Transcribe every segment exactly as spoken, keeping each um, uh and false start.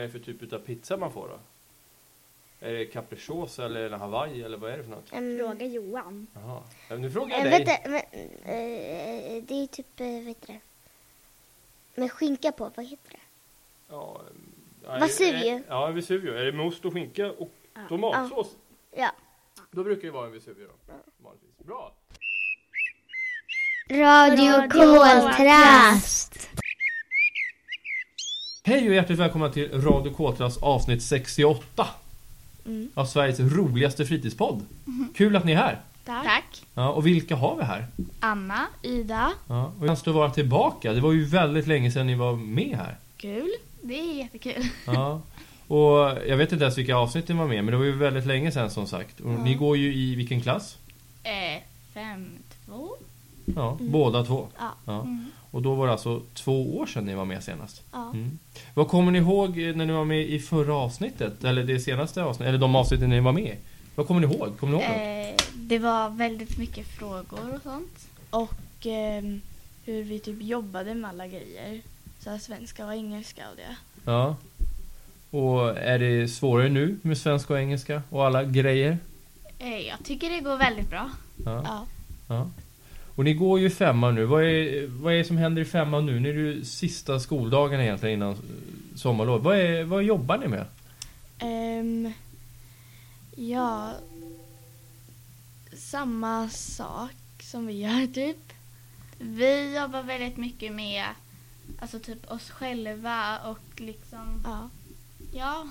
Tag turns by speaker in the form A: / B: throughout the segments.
A: Vad är det för typ av pizza man får då? Är det capricciosa eller Hawaii eller vad är det för något?
B: Um,
C: Fråga Johan.
A: Jaha. Ja, nu frågar jag
B: äh,
A: dig.
B: Vänta, men, äh, det är typ, äh, vad heter det? Med skinka på, vad heter det?
A: Ja, ja,
B: Vesuvio.
A: Är, ja, Vesuvio. Är det med ost och skinka och
C: Ja.
A: tomatsås?
B: Ja.
A: Då brukar det vara en Vesuvio då. Vanligtvis. Bra.
B: Radio Koltrast.
A: Hej och hjärtligt välkomna till Radio Koltrast avsnitt sextioåtta.
C: Mm.
A: Av Sveriges roligaste fritidspodd. Kul att ni är här.
C: Tack. Tack.
A: Ja, och vilka har vi här?
C: Anna, Ida.
A: Ja, och jag står vara tillbaka. Det var ju väldigt länge sedan ni var med här.
C: Kul. Det är jättekul.
A: Ja. Och jag vet inte ens vilka avsnitt ni var med, men det var ju väldigt länge sedan som sagt. Och
C: Ja.
A: ni går ju i vilken klass?
C: Eh, fem, två.
A: Ja,
C: Mm.
A: båda två.
C: Ja.
A: Ja.
C: Mm.
A: Och då var det alltså två år sedan ni var med senast.
C: Ja.
A: Mm. Vad kommer ni ihåg när ni var med i förra avsnittet? Eller det senaste avsnittet? Eller de avsnitten ni var med? Vad kommer ni ihåg? Kommer ni ihåg något?
C: Eh, det var väldigt mycket frågor och sånt. Och eh, hur vi typ jobbade med alla grejer. Så här, svenska och engelska och det.
A: Ja. Och är det svårare nu med svenska och engelska och alla grejer?
C: Eh, jag tycker det går väldigt bra.
A: Ja.
C: Ja.
A: Ja. Och ni går ju femman nu. Vad är, vad är det som händer i femman nu? Nu är det ju sista skoldagarna egentligen innan sommarlov. Vad, är, vad jobbar ni med?
C: Um, ja, samma sak som vi gör typ. Vi jobbar väldigt mycket med alltså typ oss själva och liksom ja. Ja.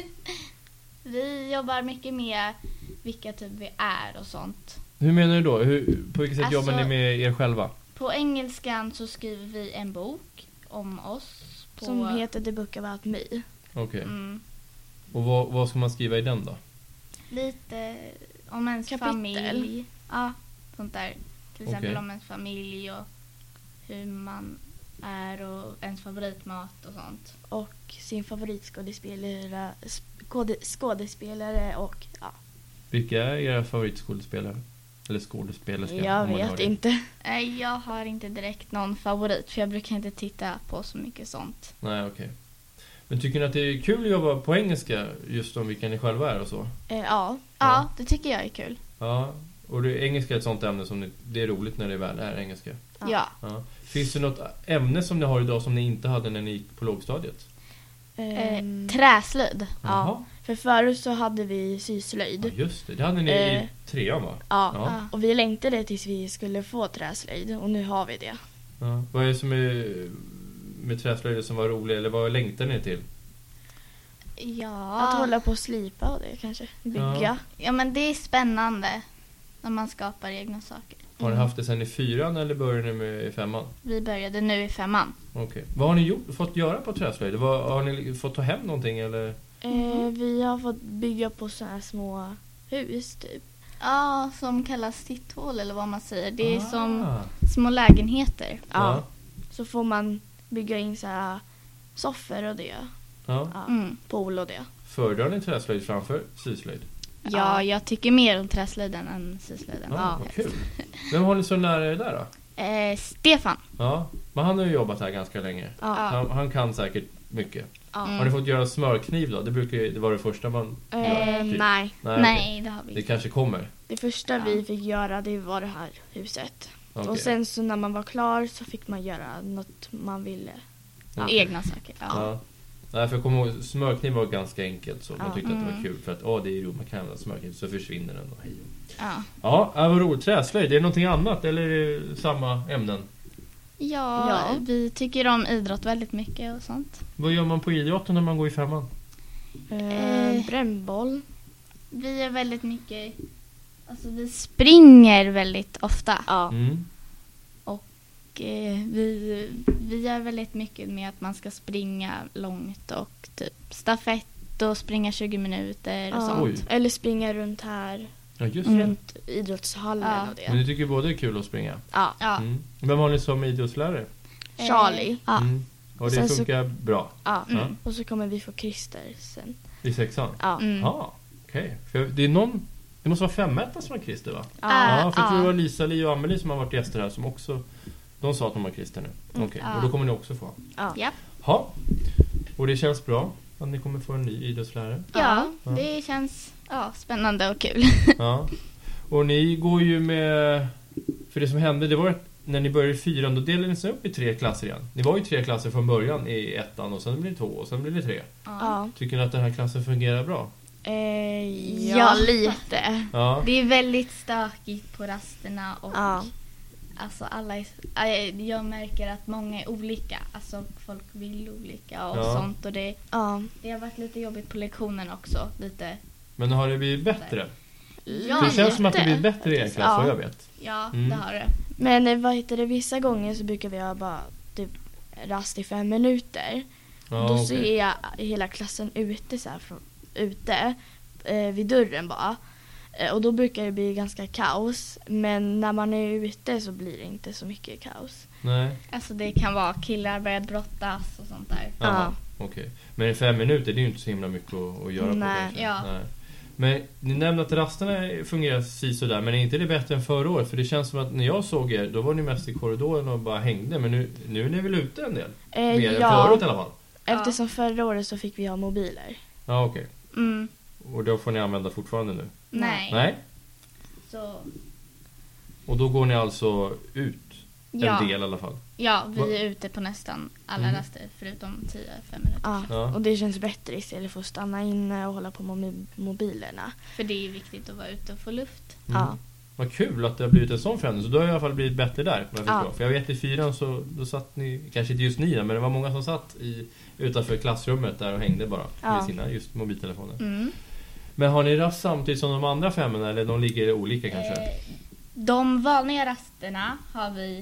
C: Vi jobbar mycket med vilka typ vi är och sånt.
A: Hur menar du då? Hur, på vilket sätt
C: Alltså,
A: jobbar ni med er själva?
C: På engelskan så skriver vi en bok om oss på
D: Som heter The Book About Me.
A: Okej. Okay.
C: Mm,
A: Och vad, vad ska man skriva i den då?
C: lite om ens
D: Kapitel.
C: familj. Ja, sånt där. Till exempel
A: Okej.
C: om ens familj och hur man är och ens favoritmat och sånt.
D: Och sin favoritskådespelare skåde, skådespelare och ja.
A: Vilka är era favoritskådespelare? Eller skådespelerska?
D: Jag
A: om man har
D: vet
A: det.
D: inte.
C: Nej, jag har inte direkt någon favorit för jag brukar inte titta på så mycket sånt.
A: Nej, okej. Okay. Men tycker ni att det är kul att jobba på engelska just om vilka ni själva är och så?
D: Eh, ja.
C: Ja, det tycker jag är kul.
A: Ja, och det, engelska är ett sånt ämne som ni, det är roligt när det väl är engelska.
D: Ja.
C: Ja.
A: Ja. Finns det något ämne som ni har idag som ni inte hade när ni gick på lågstadiet?
C: Eh,
D: Ehm,
C: träslöjd.
A: Jaha.
D: för förut så hade vi syslöjd.
A: Ja, just det. Det hade ni
D: Eh.
A: i trean, va?
D: Ja.
A: Ja.
D: Och vi längtade tills vi skulle få träslöjd. Och nu har vi det.
A: Ja. Vad är det som är med träslöjden som var roligt? Eller vad längtar ni till?
C: Ja.
D: Att hålla på och slipa och det kanske. Bygga.
A: Ja.
C: Ja, men det är spännande när man skapar egna saker.
A: Har ni
D: Mm.
A: haft det sen i fyran eller började ni med i femman?
C: Vi började nu i femman.
A: Okej. Vad har ni gjort, fått göra på träslöjd? Vad, har ni fått ta hem någonting eller?
D: Eh, vi har fått bygga på så här små hus typ.
C: Ja, som kallas sitthål eller vad man säger. Det är
A: Ah.
C: som små lägenheter.
A: Ja.
D: Så får man bygga in så här soffor och det.
A: Ja.
D: Ja.
C: Mm.
D: Pool och det.
A: Föredrar ni träslöjd framför syslöjd?
C: Ja,
D: Ja.
C: jag tycker mer om träslöjden än syslöjden.
A: Ja,
C: Ja.
A: vad kul. Vem har ni så nära er där då?
C: Eh, Stefan.
A: Ja, men han har ju jobbat här ganska länge.
D: Ja.
A: Han, han kan säkert mycket.
D: Ja.
C: Mm.
A: Har ni fått göra smörkniv då? Det brukar ju, det var det första man
D: Eh,
A: gör. typ.
D: nej.
A: Nej,
C: Nej,
A: okej.
C: det har vi
A: Det
C: inte.
A: kanske kommer.
D: Det första
C: Ja.
D: vi fick göra det var det här huset.
A: Okej.
D: Och sen så när man var klar så fick man göra något man ville.
A: Okej.
C: Egna saker. Ja.
A: Ja. Nej, för jag kommer ihåg, smörkniv var ganska enkelt så man
D: Ja.
A: tyckte att det var
C: Mm.
A: kul för att åh, det är roligt, man kan använda smörkniv så försvinner den och hej.
C: Ja.
A: Ja, det var roligt. Träslöjd, är det någonting annat eller är det samma ämnen?
C: Ja,
D: Ja.
C: vi tycker om idrott väldigt mycket och sånt.
A: Vad gör man på idrotten när man går i femman?
D: Eh,
C: Eh.
D: brännboll.
C: Vi är väldigt mycket... Alltså vi springer väldigt ofta.
D: Ja.
A: Mm.
C: Och eh, vi, vi är väldigt mycket med att man ska springa långt och typ stafett och springa tjugo minuter och
D: Ja.
C: sånt.
A: Oj.
D: Eller springa runt här.
A: Ja, just det.
C: Mm.
D: Runt idrottshallen
C: Ja.
D: och
A: Men
D: det.
A: ni tycker båda det är kul att springa?
D: Ja.
C: Ja.
A: Mm. Vem har ni som idrottslärare?
D: Charlie.
C: Ja.
A: Mm. Och det
D: Sen så-
A: funkar bra
D: Ja.
C: Mm.
A: Ja.
D: Och så kommer vi få Christer sen.
A: i sexan?
D: Ja.
C: Mm.
A: Ja, okej. För det är någon, det måste vara femmätta som har Christer, va?
D: Ja.
A: Ja, för jag tror
C: ja.
A: det var Lisa, Li och Amelie som har varit gäster här som också, de sa att de har Christer nu.
D: Mm.
A: Okej,
C: Ja.
A: och då kommer ni också få.
D: Ja.
C: Ja.
A: Ja, och det känns bra. att ni kommer få en ny idrottslärare?
C: Ja,
A: Ja.
C: det känns ja, spännande och kul.
A: Ja. Och ni går ju med... För det som hände, det var att när ni började i fyran, då delade ni sig upp i tre klasser igen. Ni var ju tre klasser från början i ettan och sen blev det två och sen blev det tre.
D: Ja.
A: Tycker ni att den här klassen fungerar bra?
D: Eh,
C: Ja.
D: ja, lite.
A: Ja.
C: Det är väldigt stökigt på rasterna och
D: Ja.
C: alltså alla är, äh, jag märker att många är olika. Alltså folk vill olika och
A: Ja.
C: sånt och det,
D: Ja.
C: det har varit lite jobbigt på lektionen också. Lite,
A: Men har det blivit bättre?
C: ja,
A: det känns som att det blir bättre i er klass,
D: Ja.
A: vad jag vet.
C: ja
A: Mm.
C: det har det.
D: Men eh, vad heter det, vissa gånger så brukar vi ha bara typ rast i fem minuter.
A: Ja,
D: Då
A: okej.
D: ser jag hela klassen ute så här från, ute eh, vid dörren bara. Eh, och då brukar det bli ganska kaos. Men när man är ute så blir det inte så mycket kaos.
A: Nej.
C: Alltså det kan vara killar börjar brottas och sånt där.
A: Jaha, okej. Men i fem minuter, det är ju inte så himla mycket att, att göra
D: Nej.
A: på kanske.
C: Ja.
A: Nej. Men ni nämnde att rasterna fungerar sisådär, men är inte det bättre än förra året? För det känns som att när jag såg er, då var ni mest i korridoren och bara hängde. Men nu, nu är ni väl ute en del?
D: Eh,
A: Mer än
D: ja,
A: förut i alla fall.
D: eftersom förra året så fick vi ha mobiler.
A: Ja, okej.
C: Mm.
A: Och då får ni använda fortfarande nu?
C: Nej.
A: Nej?
C: Så,
A: Och då går ni alltså ut en
C: ja.
A: del i alla fall?
C: Ja, vi
A: Va?
C: är ute på nästan alla
A: Mm.
C: raster förutom tio fem minuter.
D: Ja.
A: Ja.
D: Och det känns bättre istället för att stanna inne och hålla på med mobi- mobilerna.
C: För det är viktigt att vara ute och få luft.
A: Mm.
D: Ja.
A: Vad kul att det har blivit en sån förändring. Så då har jag i alla fall blivit bättre där. Vad jag
D: Ja.
A: förstår. För jag vet i fyran så då satt ni, kanske inte just ni men det var många som satt i, utanför klassrummet där och hängde bara
D: Ja.
A: med sina just mobiltelefoner.
C: Mm.
A: Men har ni rast samtidigt som de andra femmorna eller de ligger olika kanske?
C: Eh, de vanliga rasterna har vi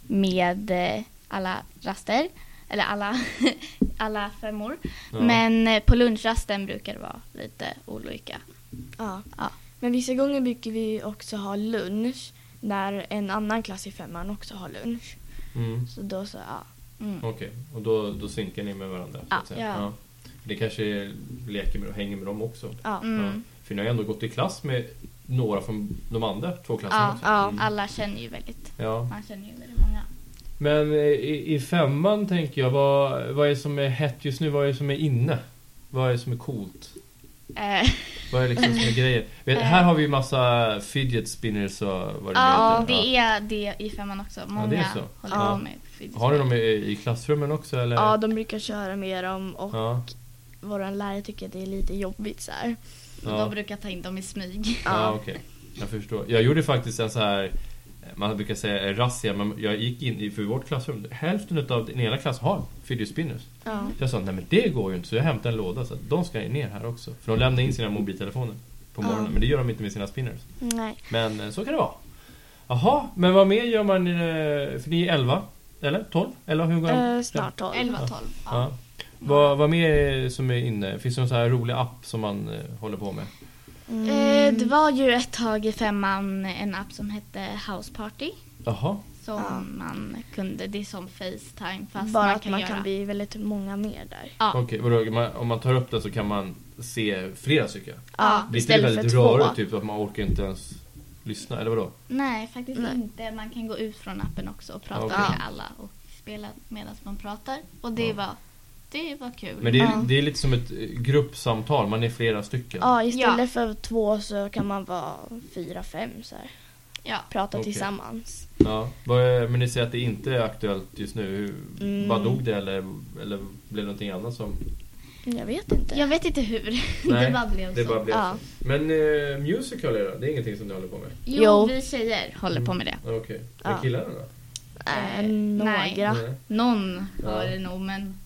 C: med eh, alla raster. Eller alla, alla femmor.
A: Ja.
C: Men eh, på lunchrasten brukar det vara lite olika.
D: Ja.
C: Ja.
D: Men vissa gånger brukar vi också ha lunch när en annan klass i femman också har lunch.
A: Mm.
D: Så då så, ja.
C: Mm.
A: Okej, och då, då synkar ni med varandra? Så
C: Ja.
A: att säga.
D: Ja.
A: Det kanske leker med och hänger med dem också.
D: Ja.
C: Mm.
A: Ja. För ni har ändå gått i klass med några från de andra två klasserna
C: Ja,
A: också.
D: ja.
A: Mm.
C: alla känner ju väldigt,
A: Ja.
C: man känner ju väldigt många.
A: Men i, i femman tänker jag, vad, vad är det som är hett just nu? Vad är det som är inne? Vad är det som är coolt?
C: Eh,
A: Vad är det liksom som är grejer? Vet, här har vi ju massa fidget spinners och vad det
C: ja,
A: heter.
C: det är det i femman också. Många
A: det är så.
C: håller
D: Ja.
C: på med fidget
A: Har ni dem
C: spinner.
A: i, i klassrummen också? Eller?
D: Ja, de brukar köra med dem och
A: Ja.
D: våran lärare tycker att det är lite jobbigt så här.
A: Ja.
C: De brukar ta in dem i smyg.
A: Ja, okej. Jag förstår. Jag gjorde faktiskt en så här, man brukar säga razzia, men jag gick in i för vårt klassrum. Hälften av den ena klassen har fidget spinners.
D: Ja.
A: Så jag sa, nej men det går ju inte. Så jag hämtade en låda så att de ska ner här också. För de lämnar in sina mobiltelefoner på morgonen.
D: Ja.
A: Men det gör de inte med sina spinners.
D: Nej.
A: Men eh, så kan det vara. Jaha, men vad mer gör man? eh, För ni är elva? Eller tolv? Eller hur går det?
D: Eh, snart tolv.
C: elva tolv. Ja.
A: Ja. Vad, vad mer är som är inne? Finns det någon så här rolig app som man eh, håller på med?
D: Mm.
C: Eh, det var ju ett tag i femman en app som hette House Party.
A: Jaha.
C: Som
D: Ja.
C: man kunde, det är som FaceTime fast
D: Bara
C: man
D: att
C: kan
D: man
C: göra.
D: kan bli väldigt många mer där.
C: Ja.
A: Okej, vadå? Man- om man tar upp den så kan man se flera stycken?
C: Ja,
A: Blir inte det
D: istället
A: väldigt
D: för två.
A: rörigt typ att man orkar inte ens lyssna? Eller vadå?
C: Nej, faktiskt
D: Nej.
C: inte. Man kan gå ut från appen också och prata
A: Okej.
C: med alla och spela medan man pratar. Och det
A: Ja.
C: var det var kul.
A: Men det är,
D: Ja.
A: det är lite som ett eh, gruppsamtal, man är flera stycken.
D: Ja, istället
C: Ja.
D: för två så kan man vara fyra, fem så här.
C: Ja.
D: Prata
A: Okej.
D: tillsammans.
A: Ja. Vad är- Men ni säger att det inte är aktuellt just nu. Hur,
D: Mm.
A: Bara dog det eller, eller blev det någonting annat som...
D: Jag vet inte.
C: Jag vet inte hur.
A: Nej,
C: det bara blev
A: Det
C: så.
A: bara blev
D: Ja.
A: så. Men eh, musical är det, det är ingenting som ni håller på med?
C: Jo,
D: Jo.
C: vi tjejer håller på med det.
A: Ja, Okej. Men
D: Ja.
A: killarna då?
D: Äh,
C: Eh,
D: några.
C: nej.
A: Nej.
C: Någon
A: Ja.
C: har det nog, men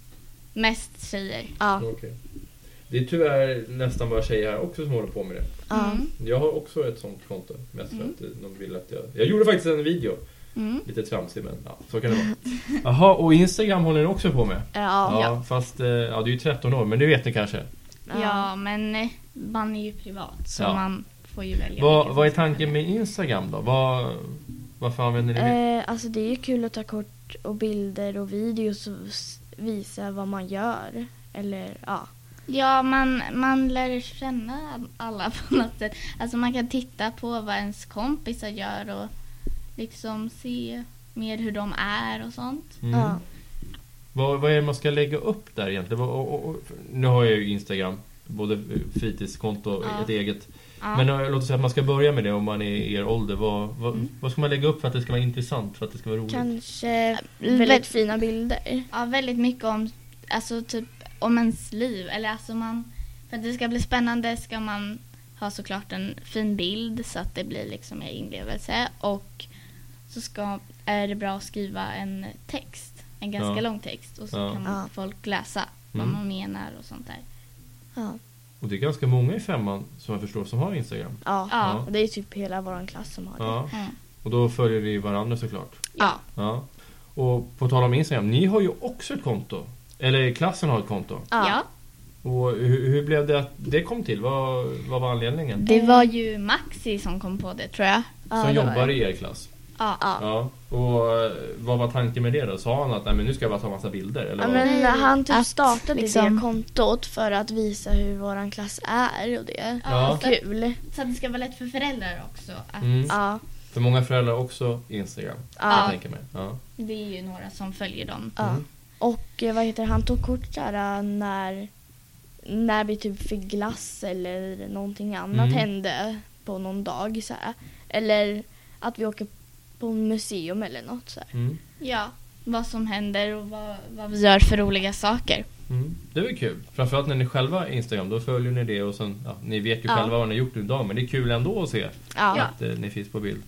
C: mest tjejer.
D: Ja.
A: Okej. Det är tyvärr nästan bara tjejer här också som håller på med det.
D: Ja.
C: Mm.
A: Jag har också ett sånt konto. Mest för
C: Mm.
A: att eh, de vill att jag... Jag gjorde faktiskt en video.
C: Mm.
A: Lite tramsig men ja, så kan det vara. Jaha, och Instagram håller ni också på med?
D: Ja.
A: Ja, fast eh, ja, det är ju tretton år, men det vet ni kanske.
C: Ja, men eh, man är ju privat så
A: Ja.
C: man får ju välja.
A: Vad,
C: vilken
A: vad är
C: som ska
A: tanken
C: välja.
A: med Instagram då? Vad, varför använder ni det?
D: Eh, alltså det är ju kul att ta kort och bilder och videos och s- visa vad man gör. Eller ja.
C: Ja, man, man lär känna alla på något sätt. Alltså man kan titta på vad ens kompisar gör och liksom se mer hur de är och sånt.
A: Mm.
D: Ja.
A: Vad, vad är det man ska lägga upp där egentligen? Vad, och, och, och, nu har jag ju Instagram, både fritidskonto och
C: Ja.
A: ett eget.
C: Ja.
A: Men låt oss säga att man ska börja med det om man är i er ålder. Vad, vad,
C: Mm.
A: vad ska man lägga upp för att det ska vara intressant, för att det ska vara roligt?
D: Kanske väldigt fina bilder.
C: Ja, väldigt mycket om, alltså typ om ens liv. Eller alltså man, för att det ska bli spännande ska man ha såklart en fin bild så att det blir liksom en inlevelse. Och så ska, är det bra att skriva en text, en ganska
A: Ja.
C: lång text. Och så
A: Ja.
C: kan
D: Ja.
C: folk läsa vad
A: Mm.
C: man menar och sånt där.
D: Ja.
A: Och det är ganska många i femman som jag förstår som har Instagram.
D: Ja.
C: Ja.
D: Och det är typ hela vår klass som har det.
A: Ja.
C: Mm.
A: Och då följer vi varandra såklart.
C: Ja.
A: Ja. Och på tal om Instagram, ni har ju också ett konto. Eller klassen har ett konto.
C: Ja.
A: Och hur, hur blev det att det kom till? Vad, vad var anledningen?
C: Det var ju Maxi som kom på det, tror jag.
D: Ja,
A: som
D: det var
A: jobbar
D: det.
A: i er klass.
C: Ja.
D: Ja.
A: Ja. Och eh, vad var tanken med det då? Sa han att nej, men nu ska jag bara ta massa bilder? Eller
D: Ja,
A: vad?
D: men han typ
C: Att
D: startade
C: liksom-
D: det kontot för att visa hur våran klass är och det.
A: Ja.
C: så,
D: Kul.
C: så att det ska vara lätt för föräldrar också. Att
A: Mm.
D: Ja.
A: För många föräldrar också Instagram.
D: Ja.
A: Jag tänker mig. Ja.
C: Det är ju några som följer dem.
D: Ja.
A: Mm.
D: Och eh, vad heter det? Han tog kort där när när vi typ fick glass eller någonting annat
A: Mm.
D: hände på någon dag så här. Eller att vi åker på museum eller något så här.
A: Mm.
C: Ja, vad som händer och vad, vad vi gör för roliga saker.
A: Mm. Det är väl kul. Framförallt när ni själva är Instagram, då följer ni det och sen, ja, ni vet ju
D: Ja.
A: själva vad ni har gjort idag, men det är kul ändå att se
D: Ja.
A: att eh, ni finns på bild.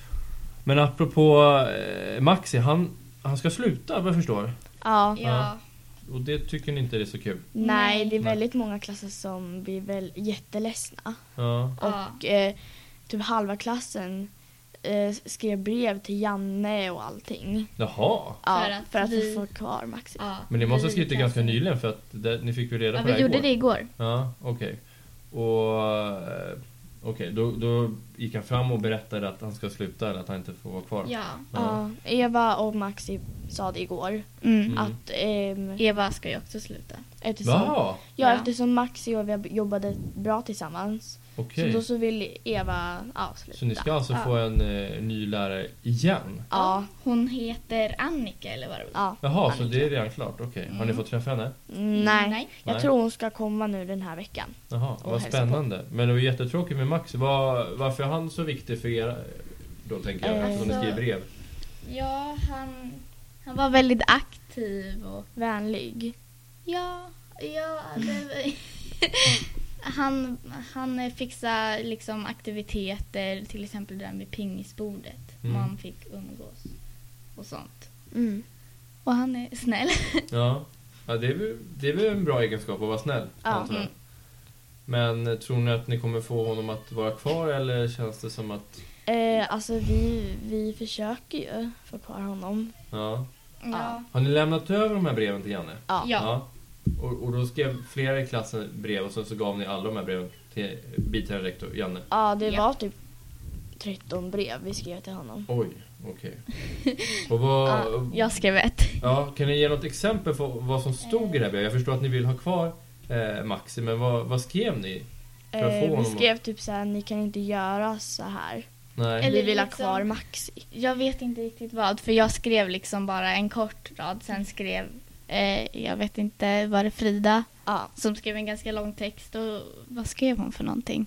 A: Men apropå eh, Maxi, han, han ska sluta, vad jag förstår.
D: Ja.
C: Ja,
A: Och det tycker ni inte är så kul.
D: Nej,
C: Nej.
D: det är väldigt många klasser som blir väl jätteledsna.
A: Ja.
C: Ja.
D: Och eh, typ halva klassen eh, skrev brev till Janne och allting.
A: Jaha.
D: Ja,
C: För att
D: för att vi
C: vi-
D: får kvar Maxi.
C: ja.
A: Men ni måste ha
C: Vi
A: skrivit det
C: kan
A: ganska
C: se-
A: nyligen, för att det, ni fick ju reda
C: Ja,
A: på det
C: vi
A: här
C: gjorde
A: igår.
C: det igår.
A: Ja, okej. Och eh, okej, då, då gick han fram och berättade att han ska sluta eller att han inte får vara kvar.
C: Ja.
D: Ja, Eva och Maxi sa det igår.
C: Mm.
A: Mm.
D: Att ehm,
C: Eva ska ju också sluta.
D: eftersom,
A: Jaha,
D: ja,
C: Ja.
D: eftersom Maxi och Eva jobbade bra tillsammans.
A: okej.
D: Så då så vill Eva ja, sluta.
A: Så ni ska alltså
C: Ja.
A: få en eh, ny lärare igen?
D: Ja.
C: Hon heter Annika eller vad det var.
D: Ja.
A: Jaha, så
D: Annika.
A: det är redan klart. Okej. Har ni
C: Mm.
A: fått träffa henne?
D: Mm, Nej.
C: Nej.
D: Jag
A: Nej.
D: tror hon ska komma nu den här veckan.
A: Jaha,
D: Och
A: vad
D: hälsa
A: spännande. Men det var jättetråkigt med Max. Var, varför är han så viktig för er då, tänker jag,
D: Eh,
A: som ni
C: så-
A: skriver brev?
C: Ja, han, han var väldigt aktiv och
D: Vänlig.
C: ja, ja det, han, han fixar liksom aktiviteter, till exempel det där med pingisbordet.
A: Mm.
C: Man fick umgås och sånt.
D: Mm.
C: Och han är snäll.
A: Ja, ja det, är väl, det är väl en bra egenskap att vara snäll,
D: Ja.
A: antar jag.
C: Mm.
A: Men eh, tror ni att ni kommer få honom att vara kvar, eller känns det som att...
D: Eh, alltså vi, vi försöker ju få kvar honom.
A: Ja.
C: Ja.
A: Har ni lämnat över de här breven till Janne?
D: Ja.
C: Ja.
A: Och, och då skrev flera i klassen brev och sen så gav ni alla de här breven till biträdande rektor Janne?
D: Ja, det
C: Ja.
D: var typ tretton brev vi skrev till honom.
A: Oj, okej. Och vad...
C: Ja, jag skrev ett.
A: Ja, kan ni ge något exempel på vad som stod i det här brevet? Jag förstår att ni vill ha kvar eh, Maxi, men vad, vad skrev ni? För att få
D: Eh, vi
A: honom
D: skrev typ så här, ni kan inte göra så här.
A: Nej.
C: Eller
D: vi vill ha
C: liksom-
D: kvar Maxi.
C: Jag vet inte riktigt vad, för jag skrev liksom bara en kort rad. Sen skrev, eh, jag vet inte, var det Frida
D: Ja,
C: som skrev en ganska lång text. Och vad skrev hon för någonting?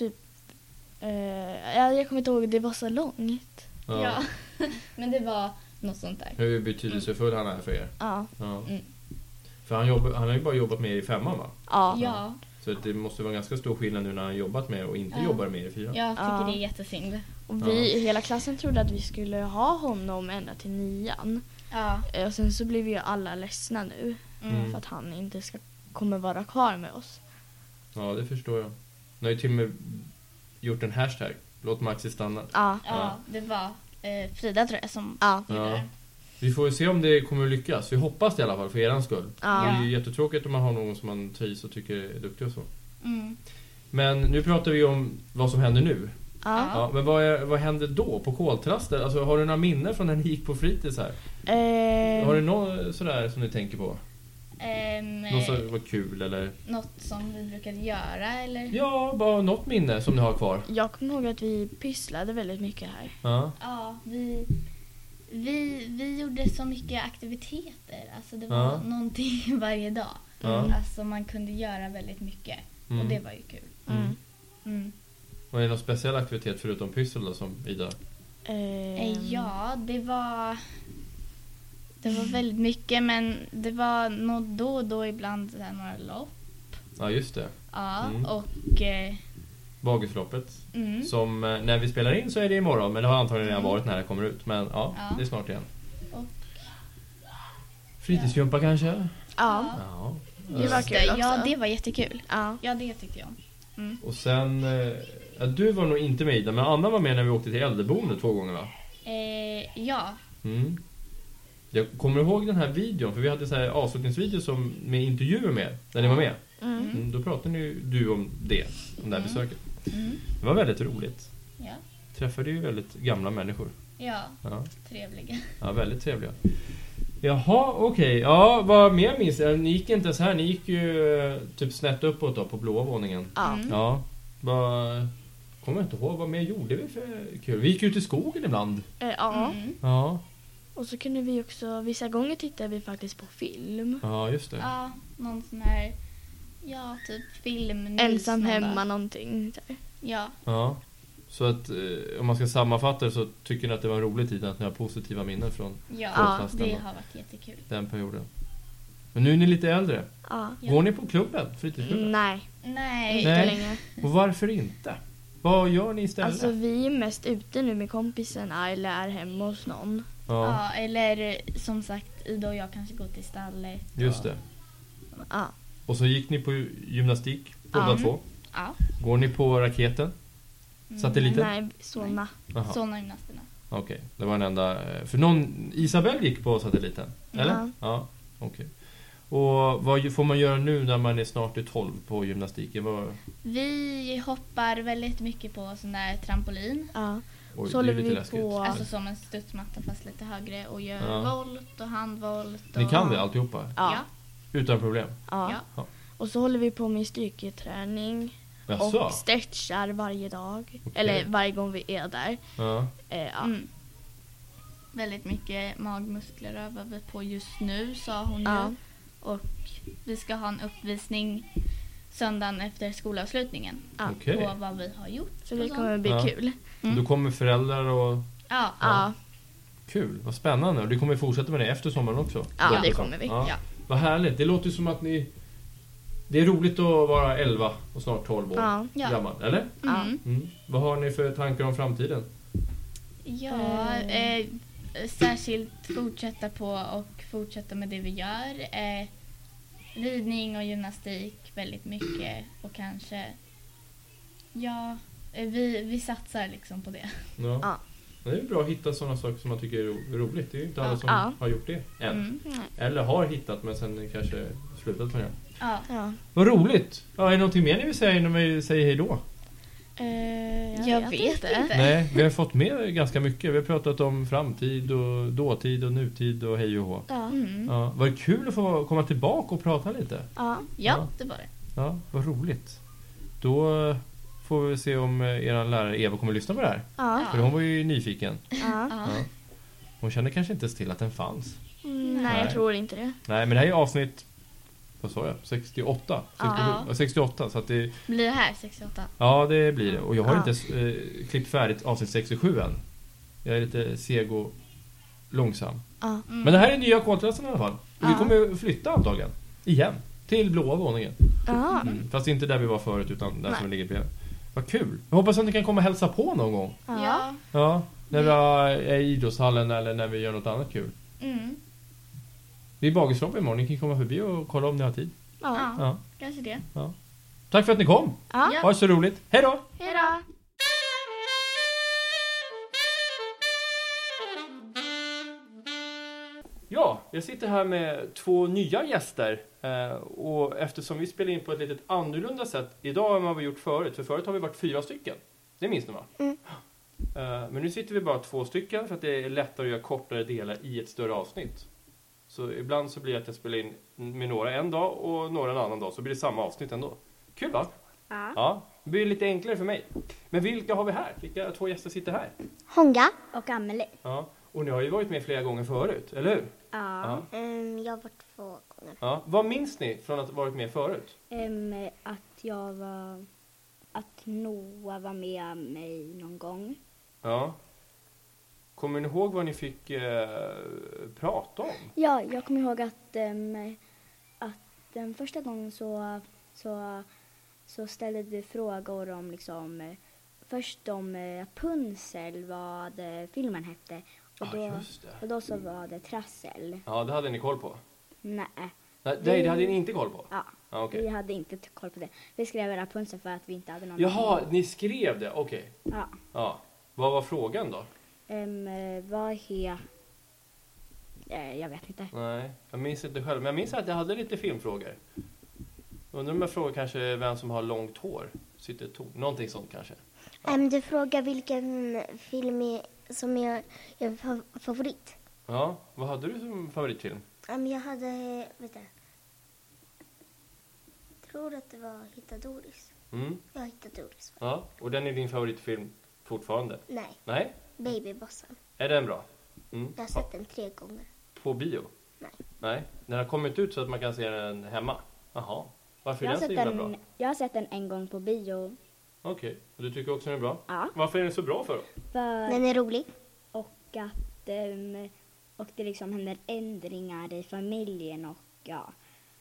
D: eh, jag jag kommer inte ihåg, det var så långt.
A: Ja.
C: Men det var något sånt där.
A: Hur betydelsefull han är för er?
D: Ja,
A: Ja.
C: Mm.
A: För han, jobb, han har ju bara jobbat med er i femman, va?
D: ja.
C: Ja,
A: Så det måste vara ganska stor skillnad nu när han jobbat med er och inte
C: Ja.
A: jobbar med er i fyran.
C: jag tycker
D: Ja.
C: det är jättesynd.
D: Och vi, hela klassen trodde att vi skulle ha honom ända till nian.
C: Ja.
D: Eh, Och sen så blev vi ju alla ledsna nu.
A: Mm.
D: För att han inte ska, kommer vara kvar med oss.
A: Ja, det förstår jag. Ni har ju till och med gjort en hashtag. Låt Maxi stanna.
D: Ja.
C: Ja, det var eh, Frida tror jag som
D: Ja.
C: gjorde
A: Ja.
C: det.
A: Vi får ju se om det kommer att lyckas. Vi hoppas det i alla fall, för er skull.
D: Ja.
A: Det är ju jättetråkigt om man har någon som man trivs och tycker är duktig och så.
C: Mm.
A: Men nu pratar vi om vad som händer nu.
D: Ja.
A: Ja, men vad, är, vad hände då på koltraster? Alltså, har du några minnen från när ni gick på fritids här?
D: Eh,
A: Har du något sådär som ni tänker på?
C: Ehm,
A: Något som var kul eller?
C: något som vi brukade göra eller?
A: Ja, bara något minne som ni har kvar.
D: Jag kommer ihåg att vi pysslade väldigt mycket här.
A: Ja.
C: Ja, vi, Vi, vi gjorde så mycket aktiviteter. Alltså det var
A: Ja.
C: någonting varje dag.
A: Ja.
C: Alltså man kunde göra väldigt mycket.
A: Mm.
C: Och det var ju kul.
A: Mm.
C: Mm.
A: Och är det någon speciell aktivitet förutom pyssel då, som Ida?
C: Eh,
D: Ehm,
C: Ja, det var... Det var väldigt mycket, men det var nog då och då ibland så här några lopp.
A: Ja, just det.
C: Ja,
A: Mm.
C: och... Eh,
A: Bagisloppet.
C: mm.
A: Som eh, när vi spelar in så är det imorgon, men det har antagligen redan
C: Mm.
A: varit när det kommer ut. Men ja,
C: Ja.
A: det är snart igen.
C: Och-
A: Fritidsjumpa kanske?
D: Ja,
A: Ja.
D: Det var
C: Just
D: kul
C: det,
D: också.
C: Ja, det var jättekul.
D: ja.
C: Ja, det tyckte jag om. Mm.
A: Och sen, eh, ja, du var nog inte med Ida, men Anna var med när vi åkte till äldreboende två gånger va?
C: Eh, ja.
A: Mm. Jag kommer ihåg den här videon, för vi hade så här avslutningsvideo som med intervjuer med, när ni var med.
D: Mm.
A: Mm, då pratade ni, du om det, om det här
C: Mm.
A: besöket.
C: Mm.
A: Det var väldigt roligt.
C: Ja.
A: Träffade ju väldigt gamla människor.
C: Ja,
A: Ja,
C: trevliga.
A: ja väldigt trevliga. Jaha, okej. Ja, vad mer minns jag? Ni gick inte ens här, ni gick ju eh, typ snett uppåt då, på blåa våningen.
D: Ja.
C: Mm.
A: Ja, vad... Kommer jag inte ihåg, vad mer gjorde vi för kul? Vi gick ut i skogen ibland.
D: Eh, ja.
C: Mm.
A: Ja,
D: Och så kunde vi också, vissa gånger tittade vi faktiskt på film.
A: ja just det.
C: Ja, någon sån här... Ja, typ film.
D: Ensam
C: någon
D: hemma
C: dag.
D: någonting. Så här.
C: Ja.
A: Ja. Så att eh, om man ska sammanfatta det så tycker ni att det var en rolig tid, att ni har positiva minnen från
C: Ja,
A: podcasten
C: det
A: då,
C: har varit jättekul.
A: den perioden. Men nu är ni lite äldre.
D: Ja.
C: Ja.
A: Går ni på klubben? Fritidsklubben?
D: Nej,
C: Nej.
D: inte
A: Nej.
D: längre.
A: Och varför inte? Vad gör ni istället?
D: Alltså vi är mest ute nu med kompisarna eller är hemma hos någon.
A: ja,
C: Ja, eller som sagt, Ida och jag kanske går till stallet.
A: just
C: och-
A: det.
D: Ja.
A: Och så gick ni på gymnastik båda
D: Ja.
A: två.
C: Ja.
A: Går ni på raketen?
C: Mm.
A: Satelliten?
D: Nej, Solna.
A: Jaha,
C: Såna gymnasterna.
A: okej. Det var en enda... För någon... Isabel gick på satelliten, eller?
D: Ja.
A: Ja, okej. Och vad får man göra nu när man är snart i tolv på gymnastiken? Vad...
C: Vi hoppar väldigt mycket på sån där trampolin.
D: Ja.
A: Oj,
D: Så håller
A: det är lite
D: vi
A: läskigt.
D: på-
C: Alltså som en studsmatta fast lite högre. Och gör
A: Ja.
C: volt och handvolt. Och...
A: Ni kan det alltihopa?
D: Ja.
C: Ja.
A: Utan problem?
D: Ja.
C: Ja.
D: Och så håller vi på med styrketräning
A: Jaså?
D: och stretchar varje dag.
A: Okej.
D: Eller varje gång vi är där.
A: Ja.
D: Eh, ja.
C: Mm. Väldigt mycket magmuskler övar vi på just nu, sa hon
D: Ja.
C: ju. Och vi ska ha en uppvisning söndagen efter skolavslutningen.
D: Ja.
A: Okej.
C: På vad vi har gjort.
D: Så
C: och
D: det
C: så.
D: kommer bli
A: Ja.
D: kul.
C: Mm.
A: Då kommer föräldrar och...
C: Ja.
D: Ja.
A: Kul, vad spännande. Och det kommer fortsätta med det efter sommaren också.
D: Ja,
A: Låter
D: det
A: som.
D: kommer vi.
A: Ja.
C: Ja.
A: Vad härligt. Det låter som att ni... Det är roligt att vara elva och snart tolv år
D: Ja.
C: Ja.
A: gammal, eller?
D: Ja.
C: Mm.
A: Mm. Vad har ni för tankar om framtiden?
C: Ja, eh, särskilt fortsätta på och fortsätta med det vi gör. Eh, ridning och gymnastik väldigt mycket och kanske, ja, eh, vi, vi satsar liksom på det.
A: Ja.
D: Ja.
A: Det är bra att hitta sådana saker som man tycker är ro- roligt. Det är ju inte alla som
D: Ja.
A: har gjort det än.
C: Mm.
D: Nej.
A: Eller har hittat men sen kanske slutat med det.
C: Ja.
D: Ja.
A: Vad roligt! Ja, är det någonting mer ni vill säga innan vi säger hej då?
D: Eh, jag,
C: Jag
D: vet,
C: vet
D: inte.
C: inte.
A: Nej, vi har fått med ganska mycket. Vi har pratat om framtid och dåtid och nutid och hej och hå.
D: Ja.
C: Mm. Ja.
A: Ja, vad kul att få komma tillbaka och prata lite.
D: Ja.
A: Ja.
C: det var det.
A: Ja, vad roligt. Då får vi se om er lärare Eva kommer att lyssna på det här.
D: Ja.
A: För hon var ju nyfiken.
D: Ja.
C: Ja.
A: Ja. Hon kände kanske inte ens till att den fanns.
D: Mm, nej,
A: Nej.
D: jag tror inte det.
A: Nej, men det här är avsnitt... Vad sa jag? sextioåtta? sextiosju?
C: Ja.
A: Ja, sextioåtta, så att det...
C: Blir det här sextioåtta?
A: Ja, det blir det. Och jag har
D: Ja.
A: inte eh, klippt färdigt avsnitt sextiosju än. Jag är lite seg och långsam.
D: Ja.
C: Mm.
A: Men det här är nya kolklassen i alla fall. Och vi
D: Ja.
A: kommer ju flytta antagligen. Igen. Till blåa våningen.
D: Ja.
A: Mm. Fast inte där vi var förut, utan där
D: Nej.
A: som ligger bredvid. Vad kul. Jag hoppas att ni kan komma och hälsa på någon gång.
D: Ja.
C: Ja.
A: Ja, när vi är i idrottshallen eller när vi gör något annat kul.
C: Mm.
A: Det är bagislopp imorgon. Ni kan komma förbi och kolla om ni har tid.
D: Ja.
C: Ja,
A: Ja.
C: kanske det.
A: Tack för att ni kom.
D: Ja.
C: Ja.
A: Ha det så roligt. Hej då!
D: Hej då!
A: Ja, jag sitter här med två nya gäster. Eh, och eftersom vi spelar in på ett litet annorlunda sätt idag än vad vi gjort förut. För förut har vi varit fyra stycken. Det minns ni va?
B: Mm.
A: Eh, men nu sitter vi bara två stycken för att det är lättare att göra kortare delar i ett större avsnitt. Så ibland så blir det att jag spelar in med några en dag och några en annan dag. Så blir det samma avsnitt ändå. Kul va?
B: Ja.
A: Ja, det blir lite enklare för mig. Men vilka har vi här? Vilka två gäster sitter här?
B: Honga och Amelie.
A: Ja. Och ni har ju varit med flera gånger förut, eller hur?
B: Ja. Um, jag har varit två gånger.
A: Ja. Vad minns ni från att ha varit med förut?
E: Um, att jag var... Att Noah var med mig någon gång.
A: Ja. Kommer ni ihåg vad ni fick eh, prata om?
E: Ja, jag kommer ihåg att, um, att den första gången så, så, så ställde du frågor om liksom... Först om uh, Rapunzel, vad uh, filmen hette. Och då,
A: Ja, just det.
E: och då så var det Trassel.
A: Ja, det hade ni koll på.
E: Nej.
A: Nej, det hade ni inte koll på?
E: Ja,
A: Ja, okej.
E: vi hade inte t- koll på det. Vi skrev Rapunzel för att vi inte hade någon...
A: Jaha, ni skrev det, okej.
E: Ja.
A: Ja. Vad var frågan då?
E: Um, vad he... Eh, jag vet inte.
A: Nej, jag minns inte själv. Men jag minns att jag hade lite filmfrågor. Undrar om jag frågar kanske vem som har långt hår. Sitter tom. Någonting sånt kanske.
B: Ja. Um, du frågar vilken film är, som är er fa- favorit.
A: Ja, vad hade du som favoritfilm?
B: Um, jag hade, vet du, tror att det var Hitta Doris.
A: Mm.
B: Jag hittade Doris.
A: Ja, och den är din favoritfilm fortfarande?
B: Nej,
A: Nej?
B: Babybossen.
A: Är den bra? Mm.
B: Jag har sett den tre gånger.
A: På bio?
B: Nej.
A: Nej, den har kommit ut så att man kan se den hemma? Jaha. Varför är
E: Jag har,
A: den så
E: sett
A: himla
E: den,
A: bra?
E: jag har sett den en gång på bio.
A: Okej, och du tycker också den är bra?
E: Ja.
A: Varför är den så bra för då?
E: För,
B: Den är rolig.
E: och att um, och det liksom händer ändringar i familjen och ja.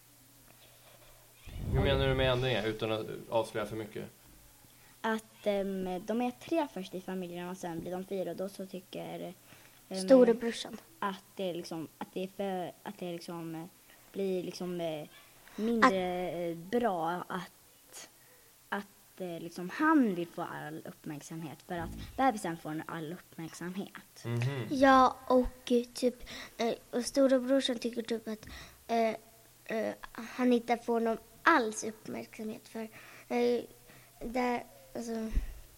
A: Hur menar du med ändringar utan att avslöja för mycket?
E: Att um, de är tre först i familjen och sen blir de fyra och då så tycker um,
B: Storebrorsan.
E: att det är liksom att det är för att det liksom eh, blir liksom eh, mindre eh, bra att att eh, liksom han vill få all uppmärksamhet för att bebisen får all uppmärksamhet.
A: Mhm.
B: Ja, och eh, typ eh, och storebrorsan tycker typ att eh, eh, han inte får någon alls uppmärksamhet för eh, där, alltså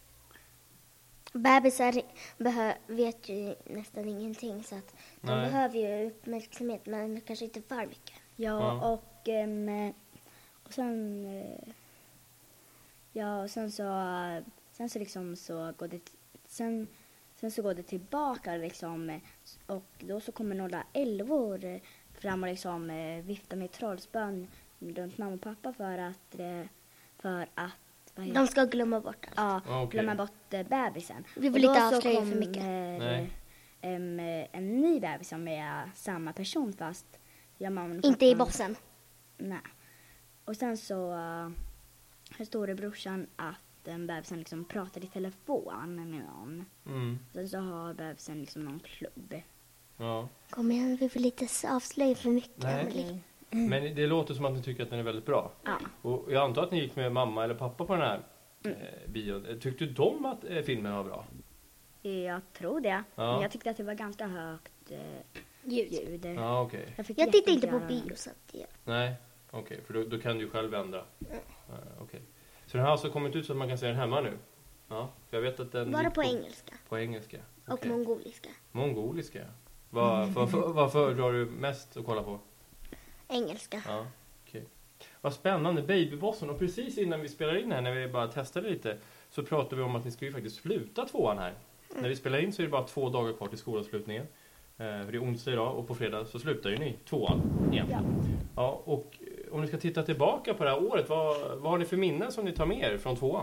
B: bebisar behö- vet ju nästan ingenting så att de
A: Nej.
B: behöver ju uppmärksamhet men kanske inte för mycket.
E: Ja,
A: Ja.
E: och ehm, och sen eh, ja, och sen så sen så liksom så går det sen sen så går det tillbaka liksom eh, och då så kommer några älvor eh, fram och liksom eh, viftar med trollspön runt mamma och pappa för att eh, för att vad heter
B: De ska glömma bort allt.
E: Ja,
A: Ah, okej.
E: glömma bort eh, bebisen.
B: Vi vill
E: Och då
B: inte
E: så
B: avslöja för mycket.
E: kommer,
A: Nej.
E: em, en ny bebis som är samma person fast jag mamma och
B: Inte i
E: pappan-
B: bossen.
E: Nej. Och sen så uh, här storebrorsan att um, bebisen liksom pratar i telefon med någon.
A: Mm.
E: Sen så har bebisen liksom någon klubb.
A: Ja.
B: Kom igen, vi vill inte avslöja för mycket.
A: Nej.
B: Emily.
A: Men det låter som att ni tycker att den är väldigt bra.
E: Ja.
A: Och jag antar att ni gick med mamma eller pappa på den här eh, bion. Tyckte de att eh, filmen var bra?
E: Jag tror det.
A: Ja.
E: Men jag tyckte att det var ganska högt eh,
B: Ljud.
E: ljud.
A: Ja, okej.
E: fick
B: Jag tittar inte på
E: jättemycket
B: bio så att det...
A: Nej, okej. För då, då kan du ju själv ändra. Ja, okej. Så den har alltså kommit ut så att man kan se den hemma nu? Ja, för jag vet att den
B: Bara
A: gick
B: på engelska.
A: På engelska.
B: Och
A: Okej.
B: mongoliska.
A: Mongoliska. Vad, vad, vad, vad föredrar du mest att kolla på?
B: Engelska.
A: Ja, okej. Vad spännande, Babybossen. Och precis innan vi spelar in här, när vi bara testade lite, så pratade vi om att ni ska ju faktiskt sluta tvåan här. När vi spelar in så är det bara två dagar kvar till skolavslutningen. Eh, för det är onsdag idag och på fredag så slutar ju ni tvåan igen.
E: Ja.
A: Ja, och eh, om ni ska titta tillbaka på det här året, vad, vad har ni för minnen som ni tar med er från tvåan?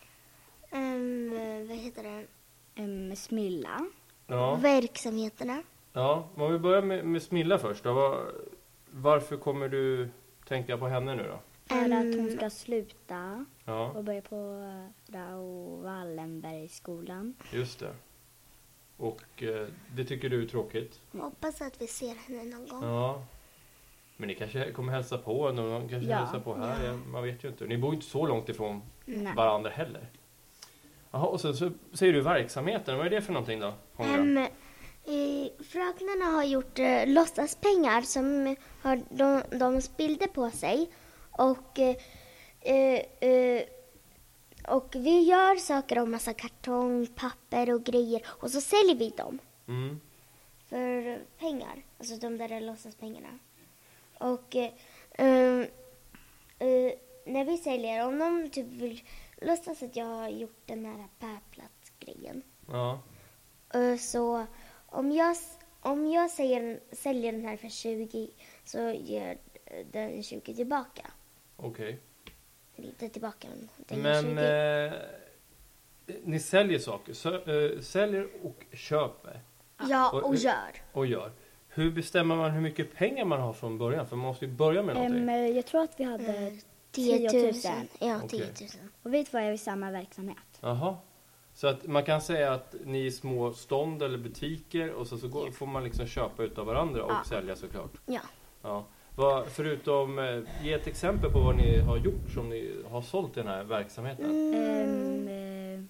B: Um, vad heter det?
E: Um, Smilla.
A: Ja,
B: Verksamheterna.
A: ja. Om vi börjar med, med Smilla först då. Var, varför kommer du tänka på henne nu då?
E: För att hon
B: Ehm.
E: ska sluta
A: Ja,
E: och börja på Rao Wallenbergsskolan.
A: just det. Och eh, det tycker du är tråkigt?
B: Hoppas att vi ser henne någon gång.
A: Ja. Men ni kanske kommer hälsa på henne och någon kanske
E: Ja.
A: hälsar på här. Ja, man vet ju inte. Ni bor ju inte så långt ifrån
E: Nej.
A: varandra heller. Jaha, och så, så säger du verksamheten. Vad är det för någonting då? Hångra?
B: Um, eh, fröknarna har gjort eh, låtsaspengar som har de, de bilder på sig. Och, eh, eh, eh, och vi gör saker av massa kartong, papper och grejer. Och så säljer vi dem
A: Mm.
B: för pengar. Alltså de där låtsaspengarna. Och eh, um, eh, när vi säljer, om de typ vill låtsas att jag har gjort den här pärlplatsgrejen.
A: Ja.
B: Eh, så om jag, s- om jag säger, säljer den här för tjugo så ger den tjugo tillbaka.
A: Okej.
B: Lite tillbaka. Den ger
A: Men
B: tjugo.
A: eh, ni säljer saker. Sö, eh, säljer och köper.
B: Ja,
A: och-
B: och gör.
A: Och gör. Hur bestämmer man hur mycket pengar man har från början? För man måste ju börja med någonting.
E: Em, jag tror att vi hade
B: Eh,
E: tio tusen.
B: Ja,
A: Okej.
B: tio tusen.
E: Och vi två är i samma verksamhet.
A: Jaha. Så att man kan säga att ni är små stånd eller butiker och så, så går,
B: Ja.
A: får man liksom köpa utav varandra och
E: Ja.
A: sälja såklart.
B: Ja.
A: Ja. Vad, förutom, eh, ge ett exempel på vad ni har gjort som ni har sålt i den här verksamheten.
E: Em,
B: Mm.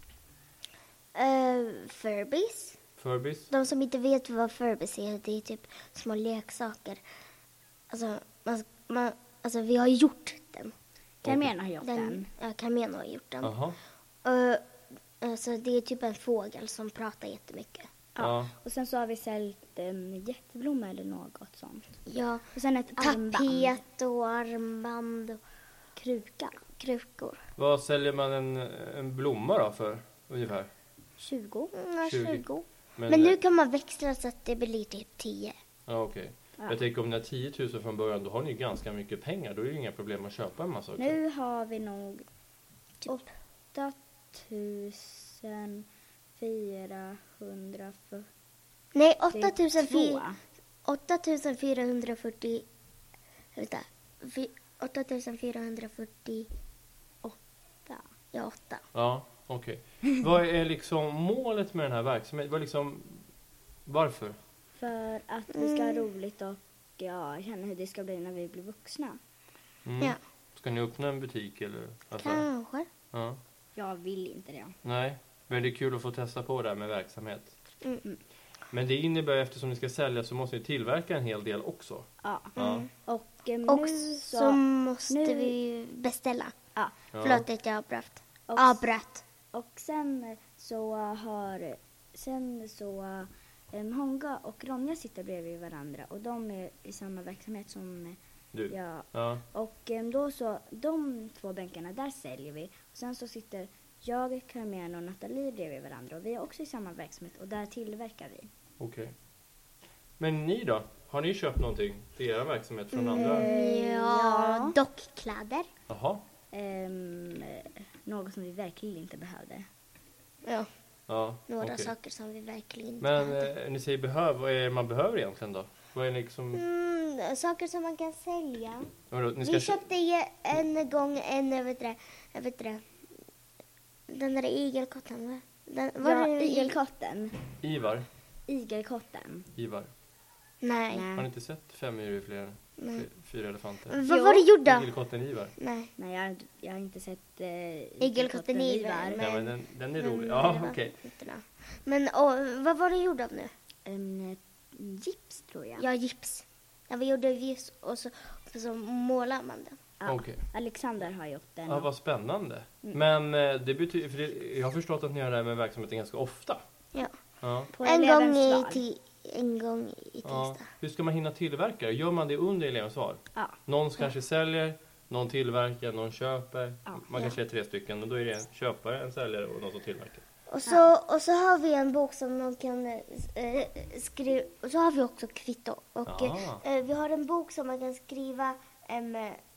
E: eh,
B: Uh, Furbies.
A: Furbies.
B: De som inte vet vad Furbies är, det är typ små leksaker. Alltså, man, man, alltså vi har gjort den.
E: Carmen har gjort den.
B: Ja, Carmen har gjort den.
A: Jaha.
B: Uh, alltså, det är typ en fågel som pratar jättemycket.
A: Ja.
E: Och sen så har vi sålt en jätteblomma eller något sånt.
B: Ja,
E: Och sen ett armband.
B: tapet och armband och
E: Kruka.
B: krukor.
A: Vad säljer man en, en blomma då för ungefär?
E: tjugo.
B: Mm, ja,
A: tjugo.
B: tjugo.
A: Men,
B: Men nu
A: eh,
B: kan man växla så att det blir typ tio.
A: Ja, okej.
E: Ja.
A: Jag tänker om ni har tio tusen från början, då har ni ju ganska mycket pengar. Då är det ju inga problem att köpa en massa också.
E: Nu har vi nog
B: Typ.
E: åtta tusen fyrahundrafyrtiotvå.
B: Nej, åtta tusen fyrahundrafyrtio. Vänta. Fy- åtta tusen fyrahundrafyrtioåtta. Ja, åtta.
A: Ja, okej. Vad är liksom målet med den här verksamheten? Vad liksom, varför?
E: För att vi ska ha roligt och ja, känna hur det ska bli när vi blir vuxna.
A: Mm.
B: Ja.
A: Ska ni öppna en butik eller? Alltså,
B: Kanske.
A: ja.
E: Jag vill inte det.
A: Nej, men det är kul att få testa på det här med verksamhet.
B: Mm.
A: Men det innebär, eftersom ni ska sälja så måste ni tillverka en hel del också.
E: Ja.
A: Ja.
E: Och em,
B: Och
E: nu
B: så,
E: så...
B: måste
E: nu-
B: vi beställa.
E: Ja.
A: Ja.
B: Förlåt att jag avbröt.
E: Och,
B: Avbröt.
E: och sen så har... Sen så... Um, Honga och Ronja sitter bredvid varandra och de är i samma verksamhet som
A: Du.
E: jag.
A: Ja.
E: Och em, då så, de två bänkarna, där säljer vi. Och sen så sitter jag, Carmen och Nathalie bredvid varandra. Och vi är också i samma verksamhet och där tillverkar vi.
A: Okej. Men ni då? Har ni köpt någonting till er verksamhet från andra?
E: Eh,
B: Ja,
E: ja.
B: dockkläder.
A: Jaha.
E: Em, eh, något som vi verkligen inte behövde.
B: Ja,
A: Ja,
B: några
A: okej.
B: saker som vi verkligen inte
A: Men
B: hade.
A: eh, ni säger behöv, vad är det man behöver egentligen då? Vad är det liksom...
B: Mm, saker som man kan sälja.
A: Vadå, ni ska
B: Vi
A: kö-
B: köpte ju en gång en, jag vet det, jag vet det, den där igelkotten, va? Den, var
E: Ja,
B: det
E: igelkotten.
A: Ivar?
E: Igelkotten.
A: Ivar.
B: Nej.
E: Nej.
A: Har ni inte sett Fem myror i fler?
B: Nej.
A: Fy- Fyra elefanter?
B: Vad
E: Jo.
B: var det gjord av?
A: Igelkotten Ivar.
B: Nej.
E: Nej, jag, har inte- jag har inte sett eh,
B: Igelkotten Ivar.
A: Ja, men den, den är
B: Men
A: rolig.
B: det
A: Ja,
B: var
A: okej.
B: skitbra. Men och, vad var det gjord av nu?
E: Um, gips tror jag.
B: Ja, gips. Ja, vi gjorde gips och så, och så målar man den.
E: Ja.
A: Okej.
E: Alexander har gjort den.
A: Ja, vad spännande.
E: Mm.
A: Men eh, det betyder, för det, jag har förstått att ni gör det här med verksamheten ganska ofta.
B: Ja.
A: Ja.
E: På
B: En
E: elevens
B: gång, i
E: val.
B: ti- en gång i
A: Ja.
B: tisdag.
A: Hur ska man hinna tillverka det? Gör man det under elevens val?
E: Ja.
A: Någon kanske säljer, någon tillverkar, någon köper.
E: Ja.
A: Man kanske är tre stycken och då är det en köpare, en säljare och någon som tillverkar.
B: Och så, och så har vi en bok som man kan eh, skriva. Och så har vi också kvitto. Och
A: Ah.
B: eh, vi har en bok som man kan skriva em,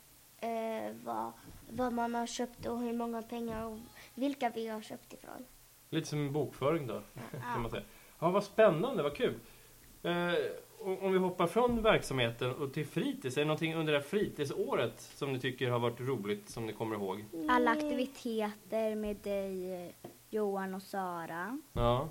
B: eh, vad, vad man har köpt och hur många pengar och vilka vi har köpt ifrån.
A: Lite som en bokföring då, kan man säga. Ja, vad spännande, vad kul. Eh, om om vi hoppar från verksamheten och till fritids, är det någonting under det här fritidsåret som ni tycker har varit roligt, som ni kommer ihåg?
E: Alla aktiviteter med dig, Johan och Sara.
A: Ja,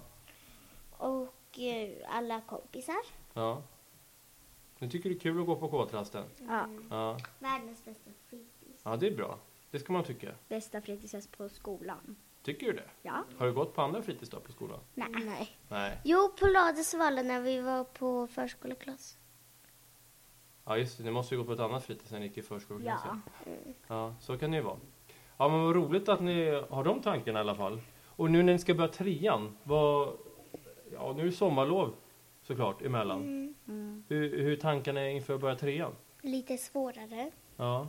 B: Och eh, alla kompisar.
A: ja. Ni tycker det är kul att gå på koltrasten?
E: Ja.
A: Ja,
B: Världens bästa fritids.
A: ja, det är bra. Det ska man tycka.
E: Bästa fritidshäst på skolan.
A: Tycker du det?
E: Ja.
A: Har du gått på andra fritidsdagar på skolan?
E: Nej.
B: Nej.
A: Nej.
B: Jo, på Ladesvallen när vi var på förskoleklass.
A: Ja, just det. Ni måste ju gå på ett annat fritids när ni gick i förskoleklassen.
E: Ja.
A: Ja, så kan det ju vara. Ja, men vad roligt att ni har de tankarna i alla fall. Och nu när ni ska börja trean, vad... Ja, nu är det sommarlov såklart emellan.
B: Mm.
E: Mm.
A: Hur, hur tankarna är inför att börja trean?
B: Lite svårare.
A: Ja.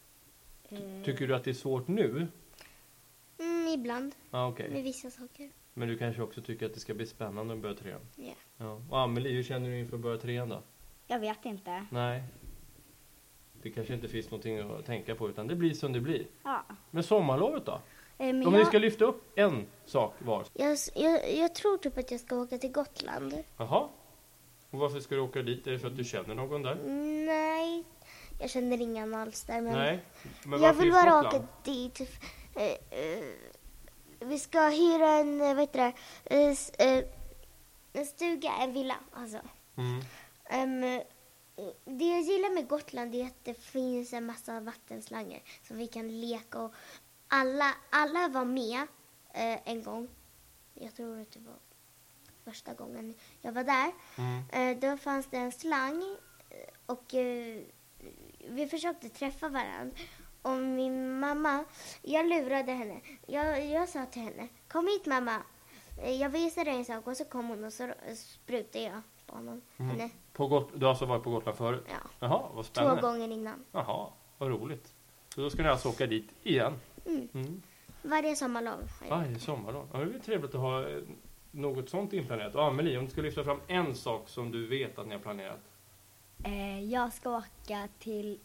E: Eh,
A: Tycker du att det är svårt nu?
B: Mm, ibland.
A: Ja, okej.
B: Med vissa saker.
A: Men du kanske också tycker att det ska bli spännande att börja trean?
B: Ja.
A: Ja. Och Amelie, hur känner du inför att börja trean då?
E: Jag vet inte.
A: Nej. Det kanske inte finns någonting att tänka på utan det blir som det blir.
E: Ja.
A: Men sommarlovet då?
E: Eh, men
A: Om
E: jag,
A: ni ska lyfta upp en sak var.
B: Jag, jag, jag tror typ att jag ska åka till Gotland.
A: Jaha. Och varför ska du åka dit? Är det för att du känner någon där?
B: Nej, jag känner ingen alls där. Men
A: Nej. Men
B: jag
A: varför
B: vill
A: just
B: bara
A: Gotland?
B: åka dit. Eh, eh, vi ska hyra en, eh, vad heter det, eh, s- eh, en stuga, en villa. Alltså.
A: Mm.
B: Ehm, eh, det jag gillar med Gotland är att det finns en massa vattenslangor som vi kan leka och alla, alla var med eh, en gång. Jag tror att det var första gången jag var där.
A: Mm.
B: Eh, då fanns det en slang eh, och eh, vi försökte träffa varandra. Och min mamma, jag lurade henne. Jag, jag sa till henne, kom hit mamma. Eh, Jag visade en sak och så kom hon och så sprutade jag på honom.
A: Mm.
B: Henne.
A: På Got- du har alltså varit på Gotland förut?
B: Ja,
A: Jaha, vad
B: två
A: spännande.
B: gånger innan.
A: Jaha, vad roligt. Så då ska ni alltså åka dit igen?
B: Mm.
A: Mm.
B: Varje sommarlov har jag.
A: Varje sommar då? Ja, det är trevligt att ha eh, något sånt inplanerat. Och Amelie, om du ska lyfta fram en sak som du vet att ni har planerat.
E: eh, jag ska åka till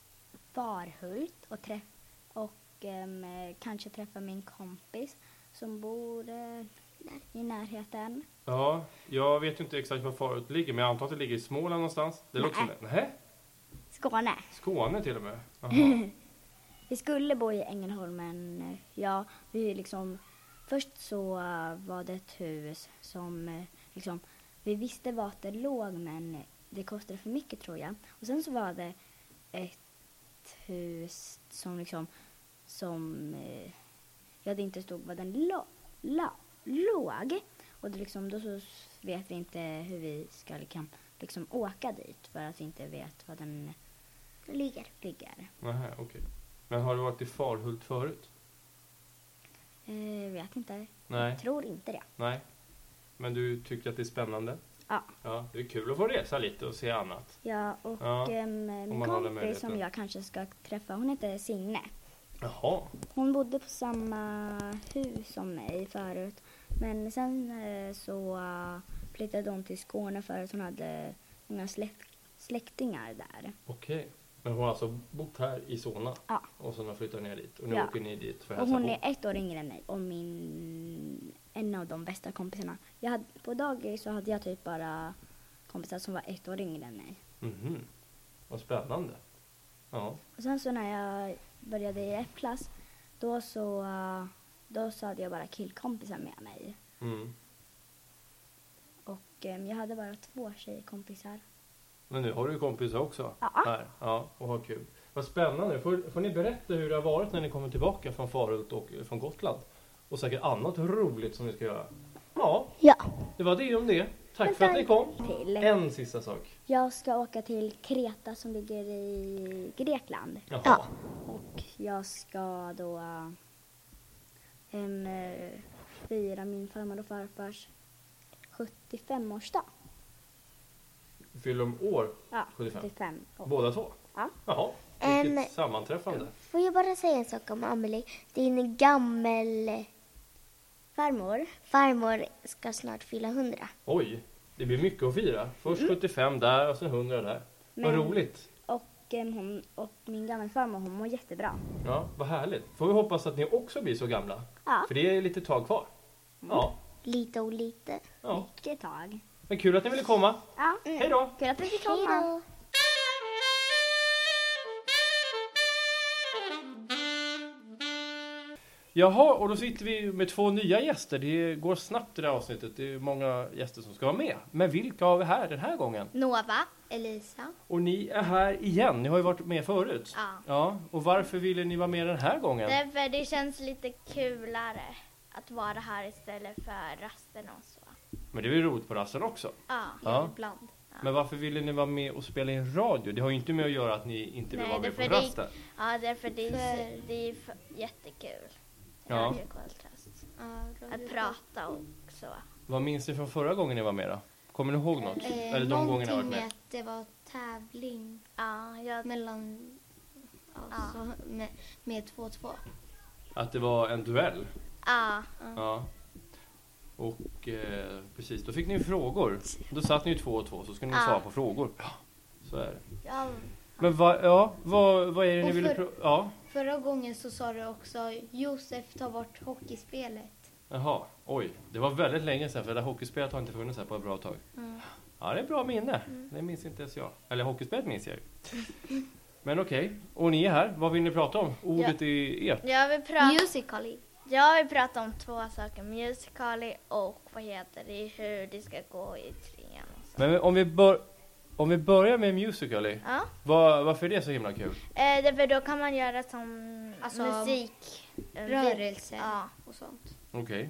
E: Farhult och, träff- och ehm, eh, kanske träffa min kompis som bor eh, i närheten.
A: Ja, jag vet ju inte exakt var Farhult ligger, men jag antar att det ligger i Småland någonstans. Det låter som
E: Nej.
A: det. Nej,
E: Skåne.
A: Skåne till och med. Jaha.
E: Vi skulle bo i Ängelholm, men eh, ja, vi liksom... Först så eh, var det ett hus som eh, liksom... Vi visste vart det låg, men eh, det kostade för mycket tror jag. Och sen så var det ett hus som liksom... Som... Eh, ja, det inte stod var den lo- la- låg. Och det liksom, då så vet vi inte hur vi ska liksom, liksom åka dit för att vi inte vet var den
B: Ligger.
E: ligger.
A: Nähä, okej. Men har du varit i Farhult förut?
E: Eh, vet inte.
A: Nej,
E: Tror inte det.
A: nej. Men du tycker att det är spännande?
E: Ja.
A: Ja, det är kul att få resa lite och se annat.
E: Ja, och
A: Ja,
E: ehm, min
A: man har den
E: kompis
A: möjligheten.
E: som jag kanske ska träffa, hon heter Signe.
A: Jaha.
E: Hon bodde på samma hus som mig förut. Men sen eh, så uh, flyttade hon till Skåne för att hon hade många släkt, släktingar där.
A: Okej. Men hon har alltså bott här i Solna?
E: Ja.
A: Och sen har flyttat ner dit. Och nu
E: Ja.
A: åker ni dit för att
E: Och
A: hälsa
E: hon
A: på.
E: är ett år yngre än mig och min, en av de bästa kompisarna. Jag hade, på dagis så hade jag typ bara kompisar som var ett år yngre än mig.
A: Mhm. Vad spännande. Ja.
E: Och sen så när jag började i F-klass, då så, uh, då så hade jag bara killkompisar med mig.
A: Mm.
E: Och um, jag hade bara två tjejkompisar.
A: Men nu har du ju kompisar också.
E: Ja.
A: Här. Ja, och har kul. Vad spännande. Får, får ni berätta hur det har varit när ni kommer tillbaka från Farhult och från Gotland? Och säkert annat roligt som ni ska göra. Ja,
B: Ja.
A: det var det om det. Tack för att ni kom.
E: Till.
A: En sista sak.
E: Jag ska åka till Kreta som ligger i Grekland.
A: Jaha.
B: Ja.
E: Och jag ska då uh, um, uh, fira min farmor och farfars sjuttiofem-årsdag.
A: Fyller de år?
E: Ja,
A: sjuttiofem.
E: sjuttiofem. Och,
A: Båda två?
E: Ja.
A: Jaha.
B: Em,
A: Vilket sammanträffande.
B: Får jag bara säga en sak om Amelie? Din gammel
E: farmor.
B: farmor ska snart fylla hundra.
A: Oj, det blir mycket att fira. Först sjuttiofem där och sen hundra där. Vad
E: Men-
A: roligt.
E: Och, um, hon, och min gammelfarmor, hon mår jättebra.
A: Ja, vad härligt. Får vi hoppas att ni också blir så gamla.
E: Ja,
A: För det är lite tag kvar. Ja,
B: Lite och lite.
A: ja.
E: mycket tag.
A: Men kul att ni ville komma.
E: Ja,
A: Hej då!
E: kul att vi fick
B: Hej
E: komma.
B: då!
A: Jaha, och då sitter vi med två nya gäster. Det går snabbt i det här avsnittet. Det är många gäster som ska vara med. Men vilka har vi här den här gången?
C: Nova, Elisa.
A: Och ni är här igen. Ni har ju varit med förut.
C: Ja.
A: Ja, och varför ville ni vara med den här gången?
C: Därför det känns lite kulare att vara här istället för rasten och så.
A: Men det är ju roligt på rasten också.
C: Ja,
A: Ja.
C: ibland. Ja.
A: Men varför ville ni vara med och spela in radio? Det har ju inte med att göra att ni inte vill
C: Nej,
A: vara med på
C: därför det-
A: rasten.
C: Ja, därför det är, det är f- jättekul.
A: Ja.
C: Radio Koltrast. Att prata och så.
A: Vad minns ni från förra gången ni var med då? Kommer ni ihåg något? Eller de gångerna ni har varit med?
F: att det var tävling
C: Ja, jag,
F: mellan alltså, med, med två två.
A: Att det var en duell?
C: ja.
A: Ja. Och eh, precis, då fick ni frågor. Då satt ni ju två och två, så skulle ni
F: Ja.
A: svara på frågor. Ja, så är det.
F: Ja,
A: Men vad, ja, vad, vad är det ni
F: Och
A: ville...
F: för-
A: Pro- ja,
F: förra gången så sa du också Josef tar bort hockeyspelet.
A: jaha, oj. Det var väldigt länge sedan, för det där hockeyspelet har inte funnits här på ett bra tag.
F: Mm.
A: Ja, det är bra minne. Det minns inte ens jag. Eller hockeyspelet minns jag ju. Men okej, och ni är här. Vad vill ni prata om? Ordet är ert.
D: Jag vill prata,
F: Musical.ly.
D: jag vill prata om två saker. Musical.ly och vad heter det, hur det ska gå i trean. Och så.
A: Men om vi, bör, om vi börjar med Musical.ly.
D: Ja.
A: Var, varför är det så himla kul?
D: Eh, därför då kan man göra som
F: Alltså,
D: musik. eh,
F: Rörelse
D: Ja.
F: och sånt.
A: Okej.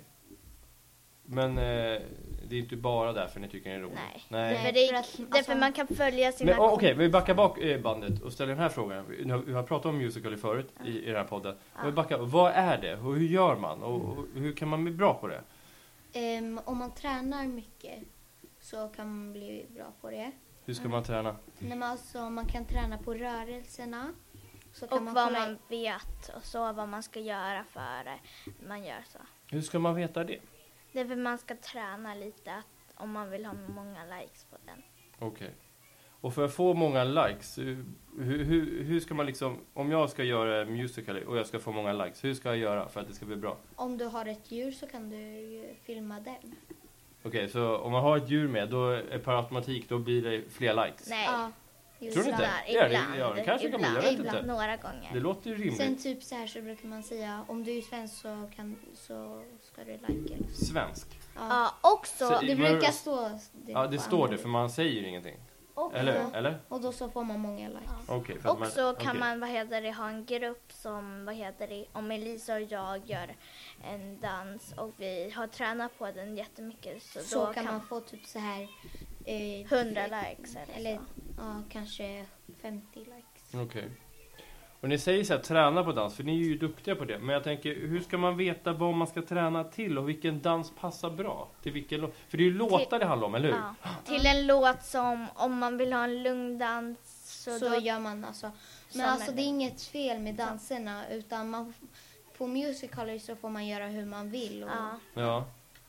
A: Men eh, det är inte bara därför ni tycker det är roligt.
D: Nej.
A: Nej.
D: Därför, det,
F: för att,
D: därför
F: alltså-
D: man kan följa sina
A: Men oh, okej,
D: komp-
A: vi backar bak eh, bandet och ställer den här frågan. Vi, nu har- vi har pratat om Musical.ly förut i, i den här podden. Om vi backar, vad är det? Och hur gör man? Och, och hur kan man bli bra på det?
F: Ehm, om man tränar mycket så kan man bli bra på det.
A: Hur ska man träna?
F: När man, alltså, man kan träna på rörelserna. Så kan
D: Och
F: man
D: vad
F: kolla-
D: man vet och så vad man ska göra före man gör så.
A: Hur ska man veta det?
D: Därför man ska träna lite att, om man vill ha många likes på den.
A: Okej. Och för att få många likes, hur, hur, hur ska man liksom, om jag ska göra Musical.ly och jag ska få många likes, hur ska jag göra för att det ska bli bra?
F: Om du har ett djur så kan du ju filma den.
A: Okej, så om man har ett djur med, då är per automatik, då blir det fler likes.
D: Nej.
F: Ja, just
A: Tror du inte?
F: det.
A: Ja, det-
D: Ibland,
A: ja, det kanske kan bli,
D: ibland,
A: jag vet
D: ibland,
A: inte.
D: några gånger.
A: Det låter ju rimligt.
F: Sen typ så här så brukar man säga om du är svensk så, kan, så ska du like eller så.
A: Svensk.
F: Ja.
D: Ja, också.
A: Så-
F: Det
A: Men-
F: brukar stå det
A: Ja, det
F: på
A: står det,
F: andra.
A: för man säger ingenting.
D: också
A: Eller? Eller?
F: Och då så får man många likes.
A: Okej, för att man-
D: också kan
A: okej.
D: man, vad heter det, ha en grupp som, vad heter det, om Elisa och jag gör en dans och vi har tränat på den jättemycket så,
F: Så
D: då
F: kan man få typ så här eh,
D: hundra likes eller,
F: eller
D: så.
F: ja, kanske femtio likes.
A: Okej. Och ni säger så här, träna på dans, för ni är ju duktiga på det. Men jag tänker, hur ska man veta vad man ska träna till och vilken dans passar bra? Till vilken låt? För det är ju låtar det handlar om, eller hur?
D: Ja. Till en låt som, om man vill ha en lugn dans så,
F: Så,
D: då
F: gör man alltså. Men
D: Som
F: alltså
D: är
F: det är inget fel med danserna utan man, på Musical.ly så får man göra hur man vill. Och,
D: ja.
A: Ja.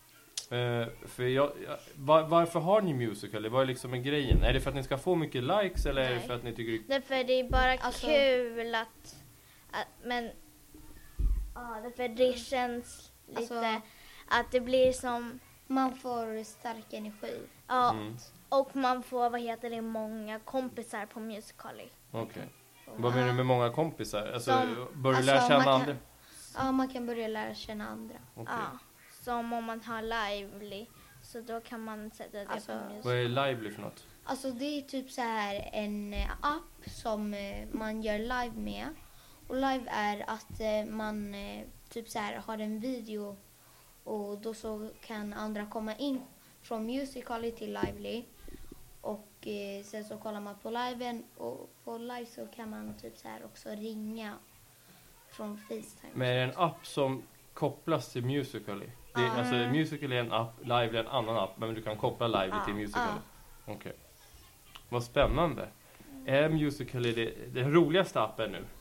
A: Eh, för jag, jag, var, varför har ni Musical.ly? Vad är liksom en grejen? Är det för att ni ska få mycket likes eller är det
D: Nej.
A: för att ni tycker det...
D: Därför det är bara
F: Alltså-
D: kul att, att men ja, därför det känns lite
F: Alltså-
D: att det blir som
F: Man får stark energi.
D: ja,
A: Mm.
D: och man får, vad heter det, många kompisar på Musical.ly.
A: Okej. Vad menar du med många kompisar? Alltså,
D: Som-
A: börjar du
F: alltså,
A: lära känna
F: man kan-
A: andra?
F: Ja, man kan börja lära känna andra.
A: Okej.
D: Ja, som om man har Lively så då kan man sätta det
F: Alltså-
D: på
A: Vad
D: Musical.ly.
A: är Lively för något?
F: Alltså det är typ så här en eh, app som eh, man gör live med. Och live är att eh, man eh, typ så här har en video och då så kan andra komma in från Musical.ly till Lively. Och eh, sen så kollar man på liven och på live så kan man typ så här också ringa från FaceTime.
A: Men är det en app som kopplas till Musical.ly? Det är,
F: Ja.
A: Alltså Musical.ly är en app, Lively är en annan app, men du kan koppla Lively
D: Ja.
A: till Musical.ly. Okej. Vad spännande. Är Musical.ly det, den roligaste appen nu?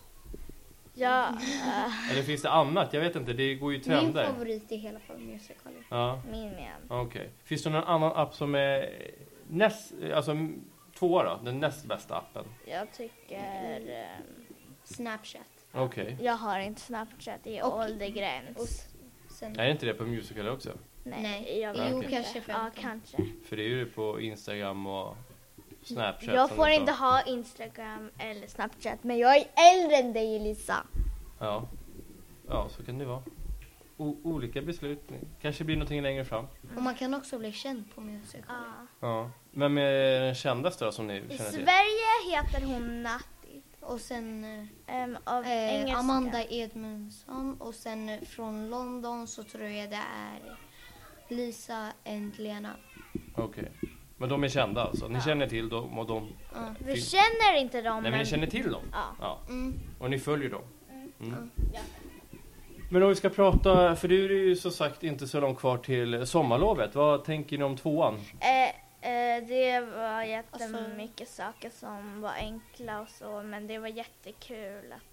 D: Ja, äh,
A: Eller finns det annat? Jag vet inte, det går ju
F: Min
A: trender.
F: favorit är i alla fall Musical.ly.
A: Ja,
D: min med.
A: okej. Finns det någon annan app som är näst, alltså m- tvåa då? Den näst bästa appen?
D: Jag tycker ehm,
F: Snapchat.
A: Okej.
D: jag har inte Snapchat, det är
F: Och-
D: åldergräns.
F: Och s- sen...
A: Är det inte det på Musical.ly också?
D: Nej,
F: Nej.
D: jag
A: Jo,
D: vet inte.
F: kanske
D: Ja,
F: femton.
D: kanske.
A: För det är ju på Instagram och Snapchat.
D: Jag
A: som
D: får
A: du sa.
D: inte ha Instagram eller Snapchat, men jag är äldre än dig, Elisa.
A: Ja. Ja, så kan det vara. O- olika beslut. Kanske blir någonting längre fram.
F: Och man kan också bli känd på Musical.ly.
D: Ja.
A: Ja. Men med den kändaste då som ni
D: I
A: känner till?
D: Sverige heter hon Natti.
F: Och sen
D: Um, av
F: eh,
D: engelska.
F: Amanda Edmundsson. Och sen eh, från London så tror jag det är Lisa and Lena.
A: Okej. Men de är kända alltså? Ni
D: Ja.
A: känner till dem och de...
F: Ja.
D: Vi
A: Fin-
D: känner inte dem,
A: Nej men ni känner till dem?
D: Ja.
A: Ja.
F: Mm.
A: Och ni följer dem? Mm.
F: Mm.
D: Ja.
A: Men om vi ska prata, för du är ju så sagt inte så långt kvar till sommarlovet. Vad tänker ni om tvåan?
D: Eh, eh, det var jättemycket saker som var enkla och så, men det var jättekul att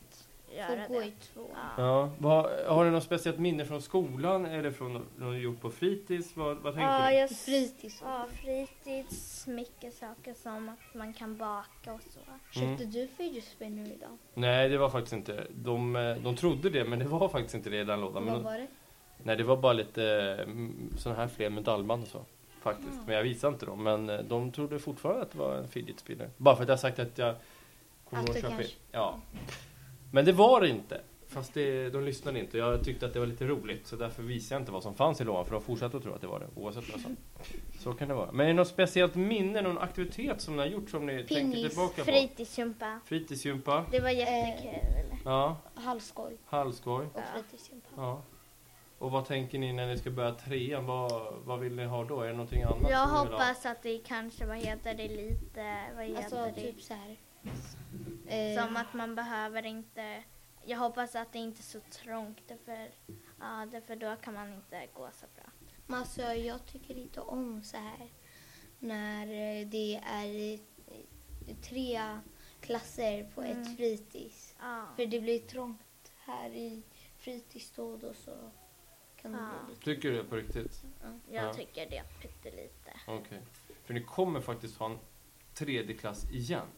D: göra
F: Får gå
D: det.
F: i två.
D: Ja.
A: Ja. Vad, har du något speciellt minne från skolan eller från något du gjort på fritids? Vad, vad tänker
D: Ja,
A: du?
D: jag,
F: Fritids.
D: ja, fritids, mycket saker som att man kan baka och så.
F: Köpte du fidget spinner idag?
A: Nej, det var faktiskt inte. De, eh, de trodde det, men det var faktiskt inte det i den lådan. Men
F: Vad
A: de,
F: var det?
A: nej, det var bara lite mm, sådana här fler medaljband och så. Faktiskt.
F: Mm.
A: Men jag visade inte dem. Men eh, de trodde fortfarande att det var en fidget spinner. Bara för att jag sagt att jag kommer
F: Att
A: att
F: det
A: köpa.
F: kanske-
A: Ja. Men det var det inte. Fast det, de lyssnade inte. Jag tyckte att det var lite roligt. Så därför visade jag inte vad som fanns i lådan. För de fortsatte att tro att det var det. Oavsett vad jag sa. Så kan det vara. Men är det något speciellt minne, någon aktivitet som ni har gjort som ni tänker
F: Pingis,
A: tillbaka på?
D: Fritidsgympa.
A: Fritidsgympa.
D: Det var jättekul.
A: Ja.
F: Halvskoj
A: Halvskoj.
F: och fritidsgympa.
A: Ja. Och vad tänker ni när ni ska börja trean? Vad, vad vill ni ha då? Är det någonting annat?
D: Jag
A: som ni vill ha?
D: hoppas att det kanske, vad heter det, lite, vad heter
F: Alltså
D: det?
F: typ så här. Eh,
D: Som att man behöver inte, jag hoppas att det inte är så trångt, därför, ja, därför då kan man inte gå så bra.
F: Men alltså, jag tycker inte om så här när eh, det är eh, tre klasser på
D: Mm.
F: ett fritids.
D: Ja.
F: För det blir trångt här i fritids då, då så kan det
D: Ja.
F: bli lite...
A: Tycker du det på riktigt?
D: Jag
A: Ja.
D: tycker det är pyttelite.
A: Okej. För ni kommer faktiskt ha en tredje klass igen.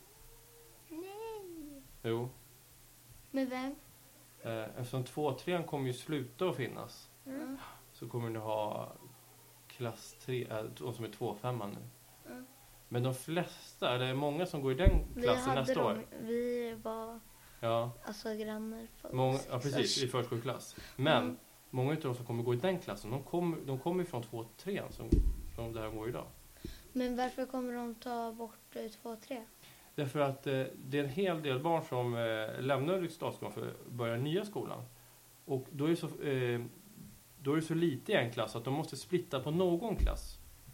F: Nej.
A: Jo.
F: Med vem?
A: Eh, eftersom två trean kommer ju sluta att finnas.
F: Mm.
A: Så kommer ni ha klass tre, äh, de som är två femman nu.
F: Mm.
A: Men de flesta, är det många som går i den
F: Vi
A: klassen
F: hade
A: nästa
F: dem,
A: år?
F: vi var
A: Ja,
F: alltså grannar för
A: många,
F: oss.
A: ja precis, i förskoleklass. Men
F: Mm.
A: många av de som kommer gå i den klassen, de kommer, de kommer från två trean som, som det här går idag.
F: Men varför kommer de ta bort eh, två, tre?
A: Därför att eh, det är en hel del barn som eh, lämnar Ulriksdalsskolan för att börja nya skolan. Och då är det så, eh, då är det så lite i en klass att de måste splitta på någon klass.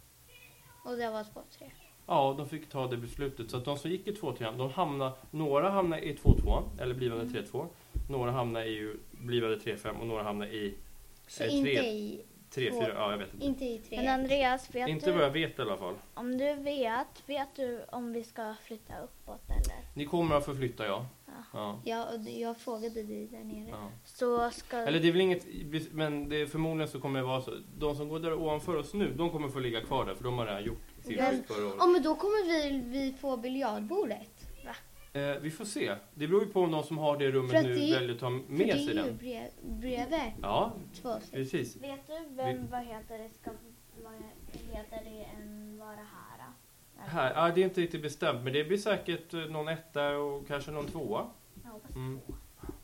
F: Och det var två, tre.
A: Ja, de fick ta det beslutet. Så att de som gick i två trean, de hamnar, några hamnar i två tvåan, eller blivande
F: Mm.
A: tre två. Några hamnar i ju blivande tre fem och några hamnar i
F: Så
A: Eh,
F: inte
A: tre-
F: i
A: tre
F: två-
A: fyra. Ja, jag vet inte.
F: inte i tre.
D: Men Andreas, vet
A: Inte vad
D: du,
A: jag vet i alla fall.
D: om du vet, vet du om vi ska flytta uppåt eller?
A: Ni kommer att förflytta, ja.
D: Ja.
A: Ja.
F: Ja, och jag frågade dig där nere.
A: Ja.
D: Så ska...
A: Eller det är väl inget, men det är förmodligen så kommer det vara så. De som går där ovanför oss nu, de kommer få ligga kvar där för de har redan gjort sin
F: Men-
A: flytt förra året.
F: Ja, men då kommer vi, vi få biljardbordet.
A: Eh, vi får se. Det beror ju på om de som har det rummet
F: För att
A: nu
F: det är-
A: väljer att ta
F: För
A: med
F: det
A: sig
F: är ju
A: den.
F: brev, bredvid
A: Ja,
F: två stycken.
A: precis.
D: Vet du vem, vad heter det, ska, vad heter det, en vara här? Eller?
A: Här, ja, det är inte riktigt bestämt, men det blir säkert eh, någon etta och kanske någon tvåa.
D: Jag hoppas
A: Mm.
D: på.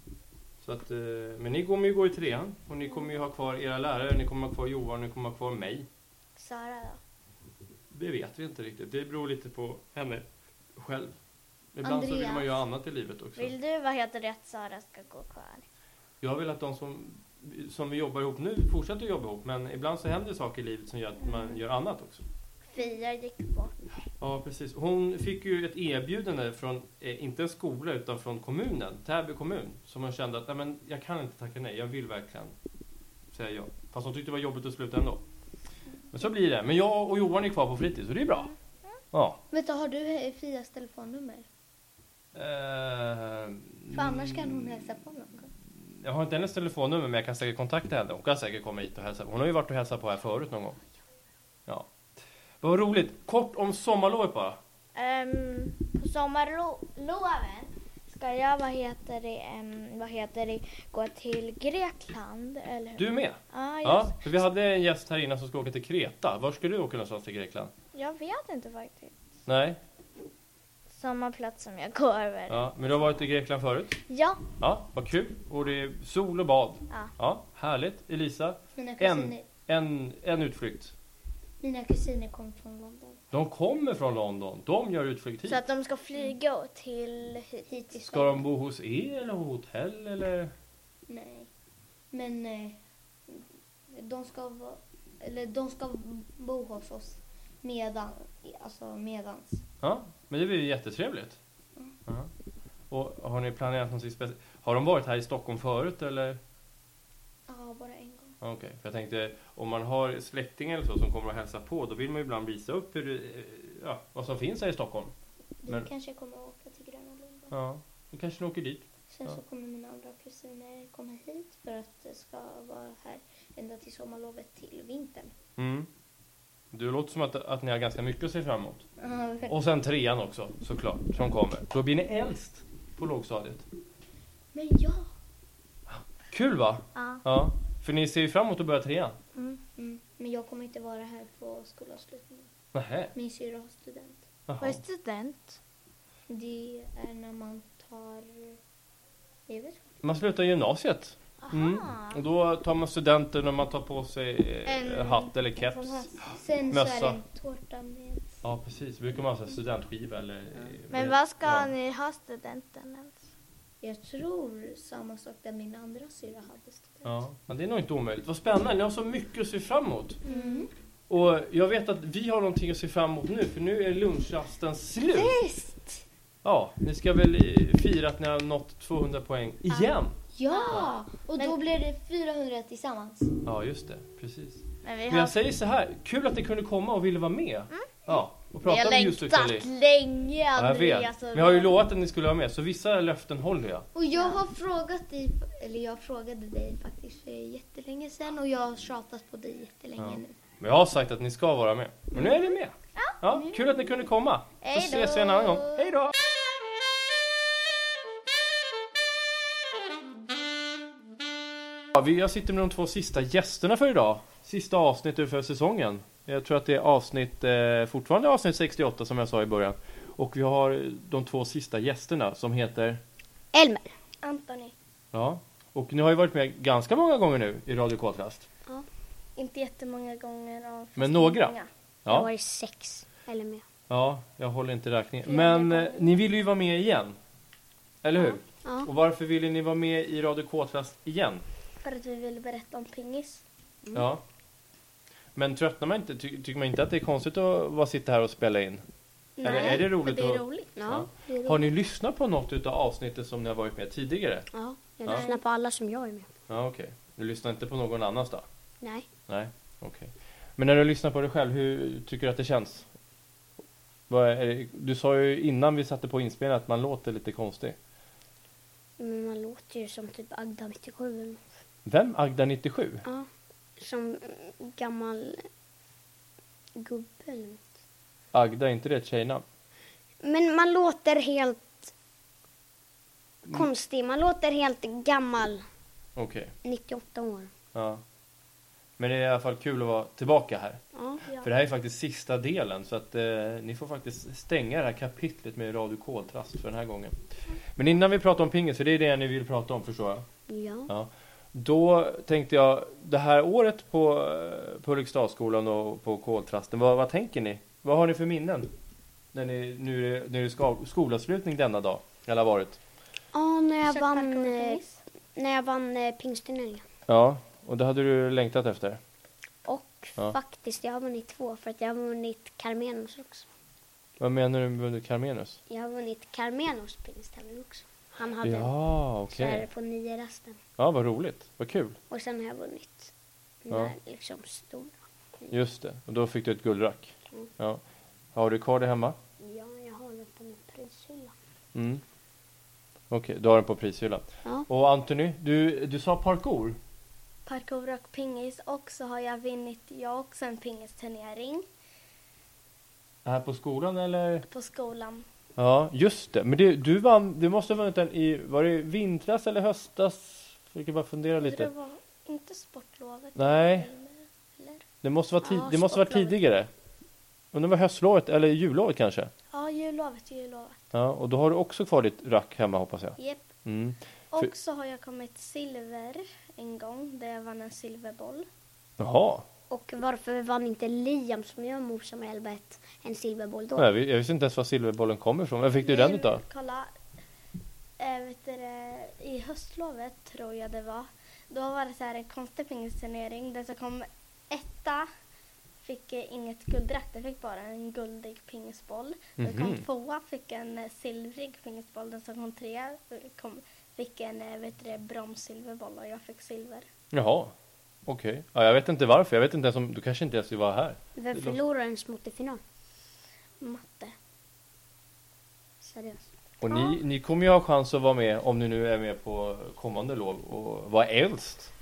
A: Så att, eh, men ni kommer ju gå i trean och ni kommer ju ha kvar era lärare, ni kommer ha kvar Johan, ni kommer ha kvar mig.
D: Sara då?
A: Det vet vi inte riktigt. Det beror lite på henne själv. Ibland så vill
F: Andreas.
A: man göra annat i livet också.
D: Vill du, vad heter det, att Sara ska gå kvar?
A: Jag vill att de som, som vi jobbar ihop nu fortsätter att jobba ihop. Men ibland så händer saker i livet som gör att man gör annat också.
D: Fia gick bort.
A: Ja, precis. Hon fick ju ett erbjudande från, eh, inte en skola utan från kommunen, Täby kommun. Som hon kände att, nej men jag kan inte tacka nej, jag vill verkligen säga ja. Fast hon tyckte det var jobbigt att sluta ändå. Men så blir det. Men jag och Johan är kvar på fritids, så det är bra. Ja.
F: Vet du, har du eh, Fias telefonnummer?
A: Eh,
F: För annars kan hon hälsa på någon gång.
A: Jag har inte hennes telefonnummer, men jag kan säkert kontakta henne. Hon kan säkert komma hit och hälsa. Hon har ju varit och hälsat på här förut någon gång. Ja. Vad roligt. Kort om sommarlovet bara.
D: Um, på sommarloven ska jag, vad heter det, um, vad heter det, gå till Grekland, eller hur?
A: Du är med?
D: Ah, yes.
A: Ja, för vi hade en gäst här innan som ska åka till Kreta. Var ska du åka någonstans till Grekland?
D: Jag vet inte faktiskt.
A: Nej?
D: Samma plats som jag går över. Ja.
A: Ja, men du har varit i Grekland förut?
D: Ja.
A: Ja, vad kul. Och det är sol och bad.
D: Ja.
A: Ja, härligt. Elisa,
F: Mina
A: En.
F: kusiner,
A: en, en utflykt.
F: mina kusiner kom från London.
A: De kommer från London. De gör utflykt hit.
D: Så att de ska flyga till hit.
F: Hit till
A: Ska de bo hos er eller hotell eller?
F: Nej. Men eh, de ska vara, eller de ska bo hos oss medan, alltså medans.
A: Ja, men det blir ju jättetrevligt.
F: Mm.
A: Ja. Och har ni planerat någonting speciellt? Har de varit här i Stockholm förut eller?
F: Ja, bara en gång.
A: Okej, för jag tänkte om man har släktingar eller så som kommer att hälsa på, då vill man ju ibland visa upp hur, det- ja, vad som finns här i Stockholm.
F: Du
A: Men-
F: kanske kommer att åka till Gröna Lund.
A: Ja, då kanske ni åker dit.
F: Sen
A: Ja.
F: så kommer mina andra kusiner komma hit för att det ska vara här ända till sommarlovet till vintern.
A: Mm. Det låter som att, att ni har ganska mycket att se fram emot.
F: Ja,
A: Och sen trean också, såklart, som kommer. Då blir ni äldst på lågstadiet.
F: men ja.
A: Kul va?
B: Ja.
A: Ja. För ni ser ju fram emot att börja trean.
F: Mm. Men jag kommer inte vara här på skolavslutningen.
A: Nähä.
F: Min syrra har student.
D: Vad är
A: Jaha.
D: student?
F: Det är när man tar... Jag vet inte.
A: Man slutar gymnasiet. Mm. Och då tar man studenten när man tar på sig eh,
F: En-
A: hatt eller
F: En sån
A: keps.
F: här. Sen så
A: Mössa.
F: är det en tårta med...
A: Ja, precis. Brukar man ha så här studentskiva eller... eh,
D: Men
A: med-
D: vad ska
A: ja.
D: ni ha studenten ens?
F: Jag tror samma sak där min andra syrra hade student.
A: Ja, men det är nog inte omöjligt. Vad spännande, ni har så mycket att se fram emot.
F: Mm.
A: Och jag vet att vi har någonting att se fram emot nu, för nu är lunchrasten slut.
F: Visst!
A: Ja, ni ska väl eh, fira att ni har nått tvåhundra poäng igen.
F: Ja! Och då blir det fyrahundra tillsammans.
A: Ja, just det. Precis.
D: Men vi
A: Men
D: har,
A: jag säger så här, kul att ni kunde komma och ville vara med. Ja, och
D: vi
A: prata
D: har
A: med Jussi och Kelly.
D: längtat länge,
A: Ja, jag vet.
D: Andreas.
A: Men jag har ju lovat att ni skulle vara med, så vissa löften håller jag.
F: Och jag har frågat dig, eller jag frågade dig faktiskt för jättelänge sedan och jag har tjatat på dig jättelänge
A: Ja.
F: nu.
A: Men jag har sagt att ni ska vara med. Men nu är ni med. Ja, kul att ni kunde komma. Så
F: Hej då.
A: ses vi en annan gång. Hej då! Ja, vi- jag sitter med de två sista gästerna för idag. Sista avsnittet för säsongen. Jag tror att det är avsnitt, eh, fortfarande avsnitt sextioåtta som jag sa i början. Och vi har de två sista gästerna som heter...
B: Elmer.
F: Antoni.
A: Ja, och ni har ju varit med ganska många gånger nu i Radio Koltrast.
F: Inte jättemånga gånger. Av
A: Men några?
B: Jag har
A: Ja,
B: varit sex eller mer.
A: ja, jag håller inte räkningen.
F: Fjärde
A: Men eh,
F: gången.
A: ni vill ju vara med igen. Eller hur?
B: Ja.
A: Och varför ville ni vara med i Radio Koltrast igen?
F: För att vi ville berätta om pingis.
A: Ja. Men tröttnar man inte? Ty- tycker man inte att det är konstigt att bara sitta här och spela in? Eller är det roligt?
F: det är
A: att-
F: roligt.
A: Ja.
F: Det är roligt.
A: Har ni lyssnat på något utav avsnittet som ni har varit med tidigare?
B: Ja, jag
A: Ja.
B: lyssnar på alla som jag är med.
A: Ja, okej. Du lyssnar inte på någon annans då?
B: Nej.
A: Nej, okej. Men när du lyssnar på dig själv, hur tycker du att det känns? Vad är det? Du sa ju innan vi satte på inspelningen att man låter lite konstig.
B: Men man låter ju som typ Agda nittiosju. eller något.
A: Vem? Agda nittiosju?
B: Ja. Som gammal gubbe eller något.
A: Agda, är inte det ett tjejnamn?
B: Men man låter helt konstig. Man låter helt gammal.
A: Okej,
B: nittioåtta år.
A: ja. Men det är i alla fall kul att vara tillbaka här.
B: Ja.
A: För det här är faktiskt sista delen, så att eh, ni får faktiskt stänga det här kapitlet med Radio Koltrast för den här gången. Men innan vi pratar om pingis, för det är det ni vill prata om, förstår jag.
B: Ja.
A: Ja. Då tänkte jag, det här året på, eh, på Ulriksdalsskolan och på Koltrasten, vad, vad tänker ni? Vad har ni för minnen? När ni, nu är, nu är det ska, skolavslutning denna dag, eller har varit.
B: Ja, när jag
F: Kört
B: vann,
F: parkour och
B: eh,
F: pingis.
B: när jag vann eh, pingsturneringen.
A: Ja, och det hade du längtat efter.
B: Och
A: Ja.
B: faktiskt, jag har vunnit två för att jag har vunnit Carmenos också.
A: Vad menar du med Carmenus?
B: Jag har vunnit Carmenos pingsttävling också. Han hade
A: Ja,
B: så här
A: okej.
B: på nio rasten.
A: Ja, vad roligt. Vad kul.
B: Och sen har jag vunnit
A: Ja.
B: när liksom stora.
A: Just det. Och då fick du ett guldrack.
B: Mm.
A: Ja. Har du kvar det hemma?
B: Ja, jag har den på min prishylla.
A: Mm. Okej, du har den på prishyllan.
B: Ja.
A: Och Anthony, du, du sa parkour.
F: Parkour och pingis. Och så har jag vunnit jag också en pingisturnering
A: Här på skolan eller?
F: på skolan.
A: Ja, just det. Men det, du vann, du måste ha vunnit den i, var det vintras eller höstas? Jag kan bara fundera
F: Det
A: lite.
F: var inte sportlovet.
A: Nej.
F: Eller?
A: Det måste vara, ti-
F: Ja,
A: det måste vara
F: sportlovet.
A: tidigare. Om det var höstlovet eller jullovet kanske.
F: Ja, jullovet, jullovet.
A: Ja, och då har du också kvar ditt rack hemma hoppas jag.
F: Japp.
A: Mm. För-
F: Och så har jag kommit silver en gång där jag vann en silverboll.
A: Jaha.
B: Och varför vann inte Liam som jag mosade med elva ett en silverboll då?
A: Jag, vis- jag visste inte ens var silverbollen kommer ifrån. Var fick du den
F: Men,
A: utav?
F: Kolla. Äh, vet du, det, i höstlovet tror jag det var. Då var det så här en konstig pingisturnering. Den som kom etta fick eh, inget guldrack. Den fick bara en guldig pingisboll. Den som kom
A: Mhm.
F: tvåa fick en eh, silvrig pingisboll. Den som kom trea eh, kom, fick en eh, vet du, det, bromssilverboll och jag fick silver.
A: Jaha. Okej. Ja, jag vet inte varför. Jag vet inte ens om, du kanske inte ens vill vara här.
B: Vem
A: Det
B: förlorar ens mot i final?
F: Matte.
B: Seriöst.
A: Och ni, ni kommer ju ha chans att vara med, om ni nu är med på kommande lov, och vara äldst.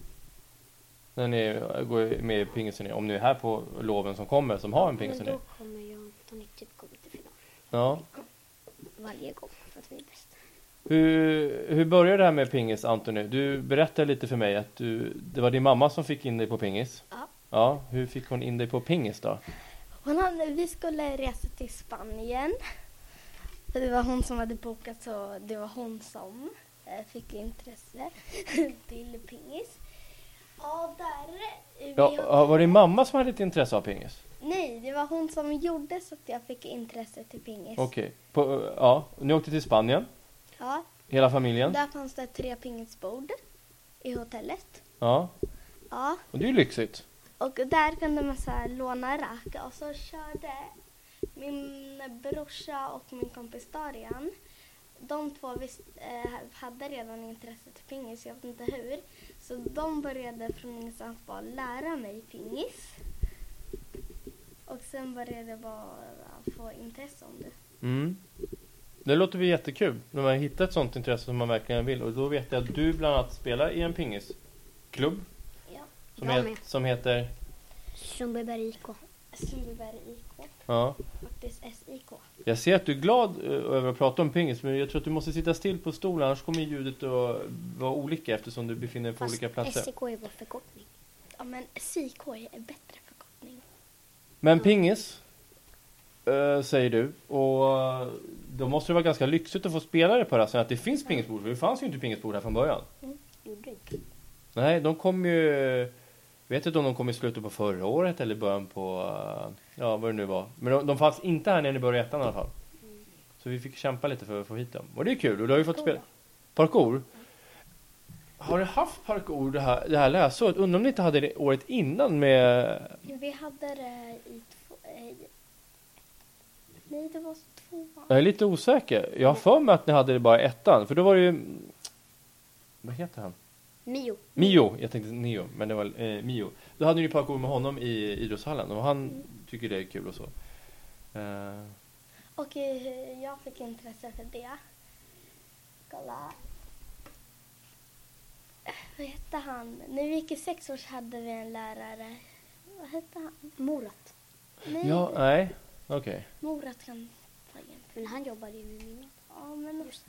A: När ni går med i pingisen, om ni är här på loven som kommer, som har en pingisen.
B: Men då kommer jag och Anton typ komma till final.
A: Ja.
B: Varje gång för att vi är bäst.
A: Hur, hur började det här med pingis, Antoni? Du berättade lite för mig att du, det var din mamma som fick in dig på pingis.
C: Ja.
A: Ja, hur fick hon in dig på pingis då?
C: Hon hade, vi skulle resa till Spanien. För det var hon som hade bokat, så det var hon som eh, fick intresse till pingis. Ja, där... vi
A: Ja,
C: har-
A: var det mamma som hade ett intresse av pingis?
C: Nej, det var hon som gjorde så att jag fick intresse till pingis.
A: Okej. På- Ja, ni åkte till Spanien,
C: Ja,
A: hela familjen.
C: där fanns det tre pingisbord i hotellet.
A: Ja,
C: Ja,
A: och det är ju lyxigt.
C: och där kunde man så här låna rack. Och så körde min brorsa och min kompis Darian. De två visst, eh, hade redan intresse till pingis, jag vet inte hur. Så de började från ingenstans bara lära mig pingis. Och sen började jag bara få intresse om det.
A: Mm. Det låter väl jättekul när man hittar ett sånt intresse som man verkligen vill. Och då vet jag att du bland annat spelar i en pingisklubb
C: Ja.
A: som,
B: Jag
A: het,
B: med.
A: som heter...
B: Sundbyberg I K.
C: Sundbyberg I K.
A: Ja.
C: Faktiskt S I K.
A: Jag ser att du är glad eh, över att prata om pingis, men jag tror att du måste sitta still på stolen, annars kommer ljudet att vara olika eftersom du befinner dig på olika platser.
B: S I K är vår förkortning.
C: Ja, men S I K är bättre förkortning.
A: Men pingis, eh, säger du, och eh, då måste det vara ganska lyxigt att få spela det på rasten, att det finns pingisbord, för det fanns ju inte pingisbord här från början.
B: Gjorde inte.
A: Nej, de kom ju... Vet inte om de kom i slutet på förra året eller början på... eh, Ja, vad det nu var. Men de, de fanns inte här när ni började ettan i alla fall. Så vi fick kämpa lite för att få hit dem. Och det är kul, och du har ju fått spela... Parkour? Har du haft parkour det här, det här läsåret? Undrar om ni inte hade det året innan med...
C: Vi hade det i två... Eh, nej, det var tvåan.
A: Jag är lite osäker. Jag har för mig att ni hade det bara i ettan. För då var det ju... Vad heter han?
B: Mio.
A: Mio, jag tänkte Neo, men det var eh, Mio. Då hade ni parkour med honom i idrottshallen och han tycker det är kul och så. Eh,
C: Och eh, jag fick intresse för det. Kolla. Eh, Vad hette han? När vi gick i sex år så hade vi en lärare. Vad hette han?
B: Morat.
C: Nej,
A: ja, nej, okej.
C: Morat kan ta igen.
B: Men han jobbade ju med Mio.
C: Ja, men också.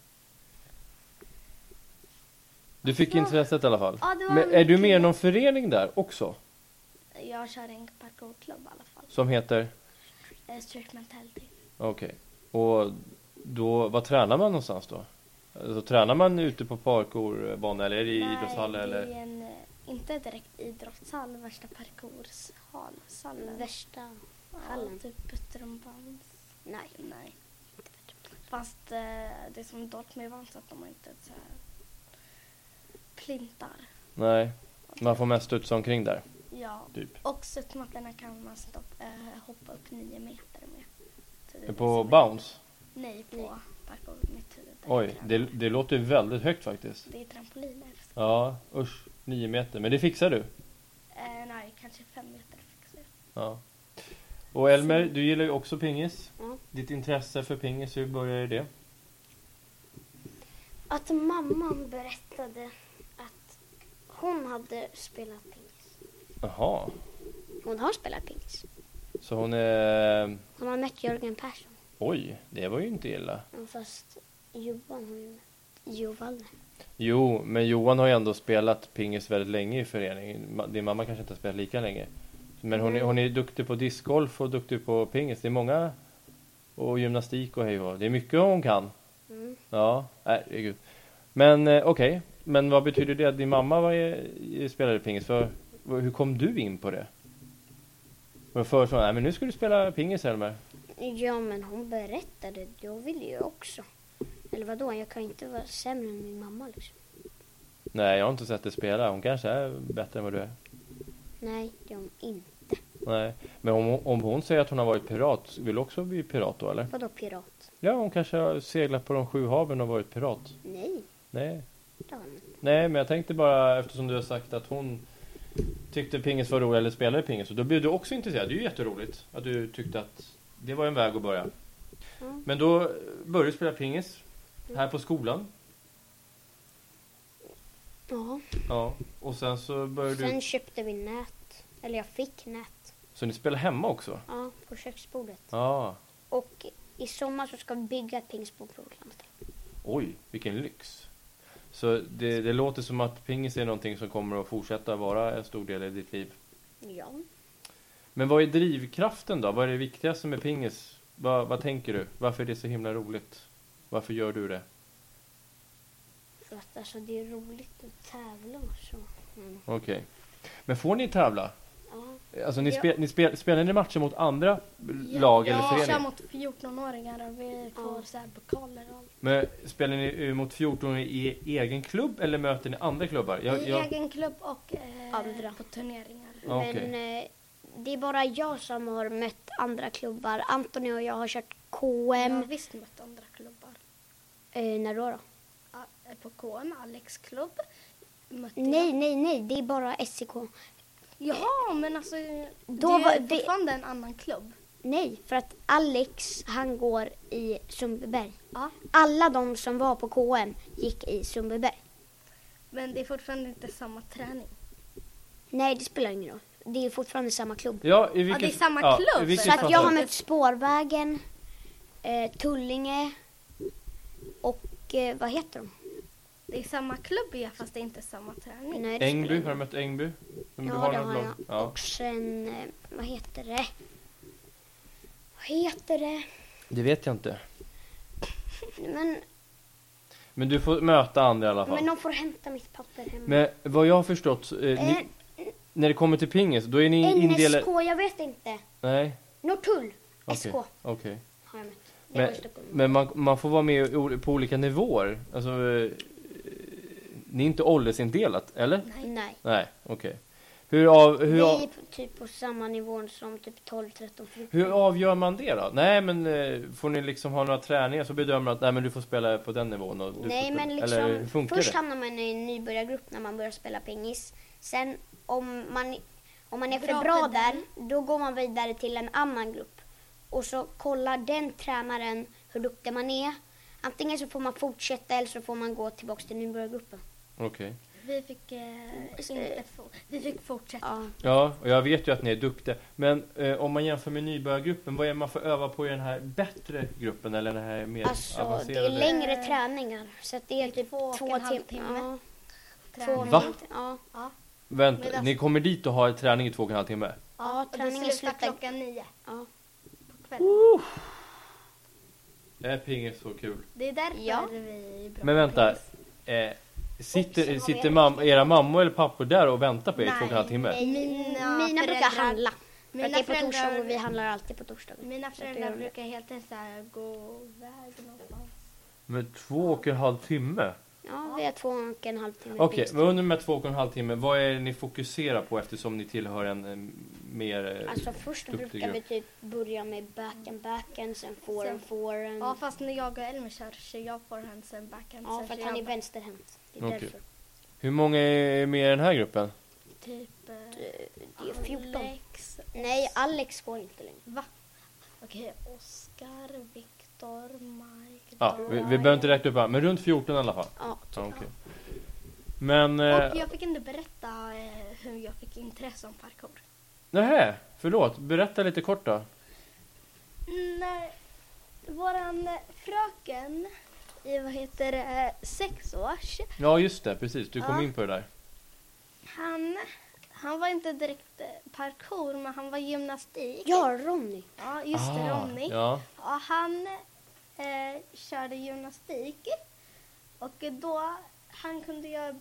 A: Du fick
C: Ja.
A: intresset i alla fall.
C: Ja, det var
A: Men är du
C: mycket-
A: med i någon förening där också?
C: Jag kör en parkourklubb i alla fall.
A: Som heter?
C: Eh, Strict mentality.
A: Okej. Och då, vad tränar man någonstans då? Alltså, tränar man ute på parkourbana eller är det i idrottshall
C: det
A: eller?
C: är en, eh, inte direkt idrottshall, värsta parkoursallen.
B: Värsta
C: Ja,
B: hallen.
C: typ Butteronbands.
B: Nej.
C: Nej. Fast eh, det är som dåligt med vans att de har inte så här plintar.
A: Nej, man får mest ut omkring där.
C: Ja.
A: Typ.
C: Och studsmattorna kan man stopp, eh, hoppa upp nio meter med. Så det är det
A: På
C: som är-
A: bounce?
C: Nej, på
B: Nej.
C: parkourmetoden.
A: Oj, det, det låter ju väldigt högt faktiskt.
C: Det är trampoliner.
A: Ja, usch, nio meter. Men det fixar du.
C: Eh, nej, kanske fem meter fixar jag.
A: Ja. Och Elmer, du gillar ju också pingis.
B: Ja.
A: Ditt intresse för pingis, hur började det?
B: Att mamman berättade att hon hade spelat pingis.
A: Jaha,
B: Hon har spelat pingis.
A: så hon är...
B: Hon har mött Jörgen Persson.
A: Oj, det var ju inte illa.
B: Ja, fast Johan har ju mött Jovalle.
A: Jo, men Johan har ju ändå spelat pingis väldigt länge i föreningen. Ma- Din mamma kanske inte har spelat lika länge. Men hon är, hon är duktig på discgolf och duktig på pingis. Det är många... Och gymnastik och hej och det är mycket hon kan.
B: Mm.
A: Ja, herregud. Men eh, okej, men vad betyder det att din mamma var, i- spelade pingis? För, hur kom du in på det? Var för så, nej men nu ska du spela pingis, Elmer.
B: Ja, men hon berättade. Jag ville ju också. Eller vadå? Jag kan inte vara sämre än min mamma liksom.
A: Nej, jag har inte sett dig spela. Hon kanske är bättre än vad du är.
B: Nej, det är hon inte.
A: Nej, men om, om hon säger att hon har varit pirat, vill du också bli pirat då, eller?
B: Vadå pirat?
A: Ja, hon kanske har seglat på de sju haven och varit pirat.
B: Nej,
A: Nej.
B: det har hon inte.
A: Nej, men jag tänkte bara, eftersom du har sagt att hon tyckte pingis var roligt eller spelade pingis, och då blev du också intresserad. Det är ju jätteroligt att du tyckte att det var en väg att börja.
B: Mm.
A: Men då började du spela pingis här på skolan.
B: Ja.
A: Ja. Och sen så började
B: Sen
A: du...
B: köpte vi nät. Eller jag fick nät.
A: Så ni spelar hemma också?
B: Ja, på köksbordet.
A: Ja.
B: Och i sommar så ska vi bygga ett pingisbord på vårt landställe.
A: Oj, vilken lyx. Så det, det låter som att pingis är någonting som kommer att fortsätta vara en stor del i ditt liv.
B: Ja.
A: Men vad är drivkraften då? Vad är det viktigaste med pingis? Vad, vad tänker du? Varför är det så himla roligt? Varför gör du det?
B: För att alltså, det är roligt att tävla och så. Mm.
A: Okej. Okay. Men får ni tävla?
B: Ja.
A: Alltså ni,
F: Ja.
A: spel, ni spel, spelar ni matcher mot andra lag eller
F: Ja, vi kör
A: föreningar?
F: mot fjorton-åringar och vi får
B: Ja.
F: så här pokaler och allt.
A: Men spelar ni eh, mot fjorton i egen klubb eller möter ni andra klubbar? Jag,
F: I
A: jag,
F: egen klubb och eh,
B: Andra.
F: på turneringar.
A: Ja, okej.
B: Men eh, det är bara jag som har mött andra klubbar. Antoni och jag har kört K
F: Jag
B: M.
F: har visst mött andra klubbar.
B: Eh, när då? då?
F: Ja, på K M, Alex klubb. Mötte
B: Nej,
F: jag.
B: nej, nej. Det är bara S C K.
F: Jaha, men alltså
B: Då
F: det
B: var
F: är
B: vi-
F: fortfarande en annan klubb.
B: Nej, för att Alex, han går i Sundbyberg.
F: Ja.
B: Alla de som var på K M gick i Sundbyberg.
F: Men det är fortfarande inte samma träning.
B: Nej, det spelar ingen roll. Det är fortfarande samma klubb.
A: ja, i vilket,
F: det är samma
A: ja,
F: klubb.
A: i vilket
B: Så att
A: fall
B: jag
A: så-
B: har mött Spårvägen, eh, Tullinge och eh, vad heter de?
F: Det är samma klubb ja, fast det är inte samma träning.
B: Nej, det
A: Ängby,
B: spelar
A: har du
B: ingen
A: mött Ängby? Som
B: Ja,
A: du har
B: det
A: något
B: har
A: lag?
B: jag.
A: Ja.
B: Och sen, eh, vad heter det? Vad heter det?
A: Det vet jag inte.
B: Men,
A: Men du får möta andra i alla fall.
B: men de får hämta mitt papper hemma.
A: Men vad jag har förstått, eh, ni, när det kommer till pingis, då är ni
B: N S
A: indelade...
B: K, jag vet inte.
A: Nej,
B: Norrtull,
A: okej.
B: S K
A: okej.
B: har jag mött. Det var
A: Men,
B: i Stockholm.
A: men man, man får vara med i o- på olika nivåer. Alltså, eh, ni är inte åldersindelat, eller?
F: Nej.
B: Nej.
A: Nej, okej. Hur, av, hur,
B: Vi
A: av,
B: är på, typ på samma nivå som typ tolv, tretton, fjorton.
A: hur avgör man det då? Nej, men eh, får ni liksom ha några träningar så bedömer man att nej, men du får spela på den nivån. Och du
B: Nej,
A: får spela.
B: men
A: Eller hur
B: liksom,
A: funkar
B: först
A: det?
B: hamnar man i en nybörjargrupp när man börjar spela pingis. Sen om man, om man är för
F: Bra
B: bra
F: för
B: där,
F: den.
B: då går man vidare till en annan grupp. Och så kollar den tränaren hur duktig man är. Antingen så får man fortsätta eller så får man gå tillbaka till nybörjargruppen.
A: Okej.
F: Vi fick eh, inte få, vi fick fortsätta.
B: Ja.
A: Ja, och jag vet ju att ni är duktiga. Men eh, om man jämför med nybörjargruppen, vad är man får öva på i den här bättre gruppen eller den här mer
B: Alltså, det
A: avancerade?
B: är längre träningar. Så att det är
F: Det är
B: typ
F: två och
B: två
F: en halv
B: tim-
F: timme.
B: Ja,
F: Träning.
B: två
A: Va?
B: Ja.
F: Ja.
A: Vänta,
F: Medan-
A: ni kommer dit och har träning i två och en halv timme?
B: Ja,
F: och det
B: träningen
F: slutar
B: slutar-
F: klockan nio
B: Ja.
F: på kvällen.
A: Är pingis så kul?
F: Det är därför
B: Ja.
F: vi är bra
A: Men
F: på
A: vänta,
F: pingis.
A: eh, sitter,
F: Och sen har
A: sitter
F: vi-
A: mam- era mammor eller pappor där och väntar på er i två och en halv
F: Nej,
A: timme?
F: nej. Mina
B: Mina brukar
F: föräldrar-
B: handla. För
F: Mina
B: att det är på
F: föräldrar-
B: torsdag och vi handlar alltid på torsdagar.
F: Mina
B: Så att det
F: föräldrar
B: gör vi.
F: brukar helt enkelt så här gå iväg någonstans.
A: Men två och en halv timme?
B: Ja, vi har två och en halv timme.
A: Okej,
B: pingst.
A: men under de här två och en halv timme, vad är det ni fokuserar på eftersom ni tillhör en eh, mer... eh,
B: Alltså först
A: duktig
B: brukar vi
A: grupp?
B: typ börja med backen, backen, sen forehand,
F: Sen-
B: forehand.
F: Ja, fast när jag och Elmer kör så jag forehand sen backhand.
B: Ja,
F: sen
B: för att
F: kör
B: han är
F: jag
B: vänsterhänt. Det är
A: Okej.
B: därför.
A: Hur många är med i den här gruppen?
F: typ eh,
B: Det är fjorton.
F: Alex.
B: Nej, Alex går inte längre.
F: Va? Okej, Oskar, Viktor, Mike,
A: Ja, vi, vi
F: Brian.
A: behöver inte räkna upp alla, men runt fjorton i alla fall.
B: Ja,
A: Ja, okej. Men...
F: Och
A: Eh,
F: jag fick inte berätta eh, hur jag fick intresse om parkour.
A: nähä, förlåt. Berätta lite kort då.
F: När våran eh, fröken i vad heter det, sex års,
A: Ja, just det. Precis. Du kom
F: Ja.
A: in på det där.
F: han, han var inte direkt eh, parkour, men han var gymnastik.
B: ja Ronny.
F: Ja, just det,
A: Ah,
F: Ronny.
A: Ja.
F: Ja, han eh, körde gymnastik och då han kunde göra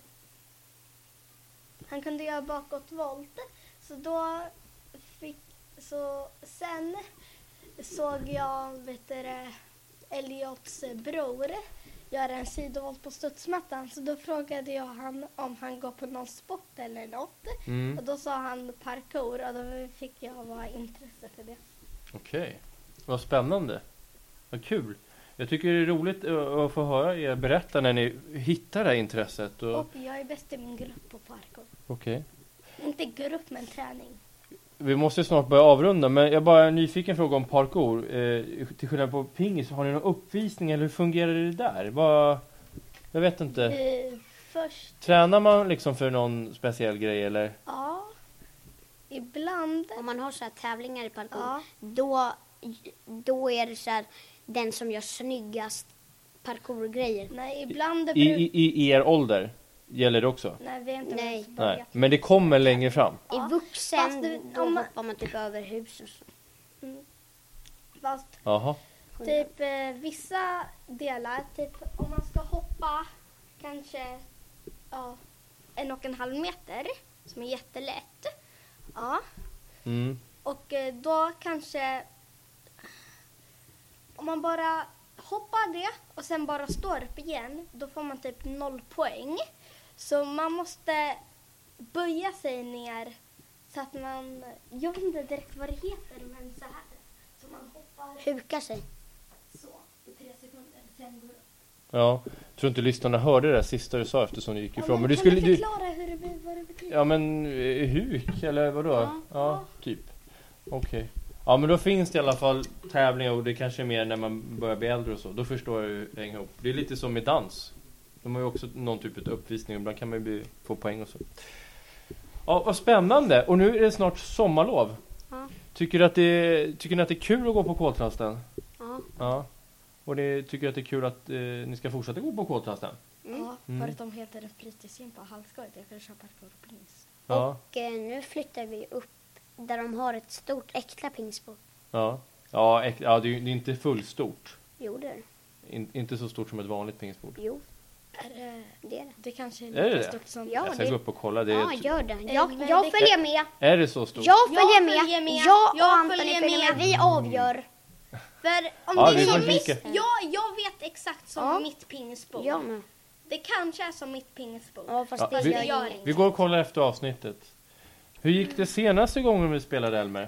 F: han kunde göra bakåtvolt, så då fick så sen såg jag vet du, det, Elliots bror göra en sidovolt på studsmattan, så då frågade jag han om han går på någon sport eller något,
A: Mm.
F: och då sa han parkour och då fick jag vara intresse för det.
A: Okej. Vad spännande. Vad kul. Jag tycker det är roligt att, att få höra er berätta när ni hittar det här intresset. Och,
F: Och jag är bäst i min grupp på parkour.
A: okej.
F: Inte grupp, men träning.
A: vi måste snart börja avrunda, men jag bara är nyfiken fråga om parkour. Eh, till skillnad på pingis, har ni någon uppvisning eller hur fungerar det där? Vad, jag vet inte.
G: Eh, först,
A: Tränar man liksom för någon speciell grej eller?
G: ja. Ibland.
H: Om man har så här tävlingar i parkour,
G: Ja.
H: då, då är det så här, den som gör snyggast parkourgrejer.
G: Nej, ibland det
A: I,
G: bruk-
A: i, I er ålder gäller det också?
G: Nej, vi har inte
H: Nej.
G: ens börjat.
A: Nej, men det kommer längre fram.
H: I vuxen,
G: Fast det-
H: då
G: om man-
H: hoppar man typ över hus och så.
G: Fast
A: Jaha.
G: typ eh, vissa delar, typ om man ska hoppa kanske ja, en och en halv meter, som är jättelätt. Ja,
A: Mm.
G: och eh, då kanske om man bara hoppar det och sen bara står upp igen, då får man typ noll poäng. Så man måste böja sig ner så att man, jag vet inte direkt vad det heter, men så här. Så man hoppar
H: Huka sig.
G: så i tre sekunder, sen går upp.
A: Ja, jag tror inte lyssnarna hörde det där sista du sa eftersom du gick
G: Ja,
A: ifrån.
G: men
A: Men du
G: kan
A: skulle...
G: du
A: Du,
G: förklara hur det, be- vad det betyder?
A: ja men eh, huk eller vadå? Ja,
G: Ja.
A: typ. Okej. Ja men då finns det i alla fall tävlingar och det kanske är mer när man börjar bli äldre och så. Då förstår jag hur det hänger ihop. Det är lite som med dans. De har ju också någon typ av uppvisning. Ibland kan man ju bli, få poäng och så. Ja, vad spännande. Och nu är det snart sommarlov.
H: Ja.
A: Tycker du att det, tycker ni att det är kul att gå på koltrasten?
H: Ja.
A: Ja. Och ni tycker att det är kul att eh, ni ska fortsätta gå på koltrasten?
G: Ja,
A: Mm.
G: förutom heter det fritidsgym på halvskojt. Jag kunde köra parkour och pingis.
A: Ja.
H: Och eh, nu flyttar vi upp där de har ett stort äkta pingisbord.
A: Ja. Ja, äk- ja det, är, det är inte fullstort.
H: Jo, det är det.
A: In, inte så stort som ett vanligt pingisbord.
H: Jo,
G: Är det,
H: det är det.
G: det kanske är
A: Är det
G: lika
A: det?
G: stort som...
H: Ja,
A: Jag ska
H: det-
A: gå upp och kolla. Det är,
H: Ja,
A: ett-
H: gör det.
G: Eh,
H: Jag,
G: men
H: jag
G: det-
H: följer med.
A: är det så stort?
H: Jag
G: Jag
H: följer med.
G: följer med.
H: Jag och
G: Jag
H: Anton
G: följer
H: följer med.
G: med.
H: Vi avgör.
G: För om
A: Ja,
G: det
A: vi
G: är
A: får
G: som mitt,
A: kika.
G: ja, jag vet exakt som
H: Ja.
G: mitt pingisbord.
H: Jag med.
G: Det kanske är som mitt pingisbord.
H: Ja, fast
A: Ja,
H: det
A: vi-
H: gör
G: gör
H: inget.
A: Vi går och kollar efter avsnittet. Hur gick det senaste gången vi spelade, Elmer?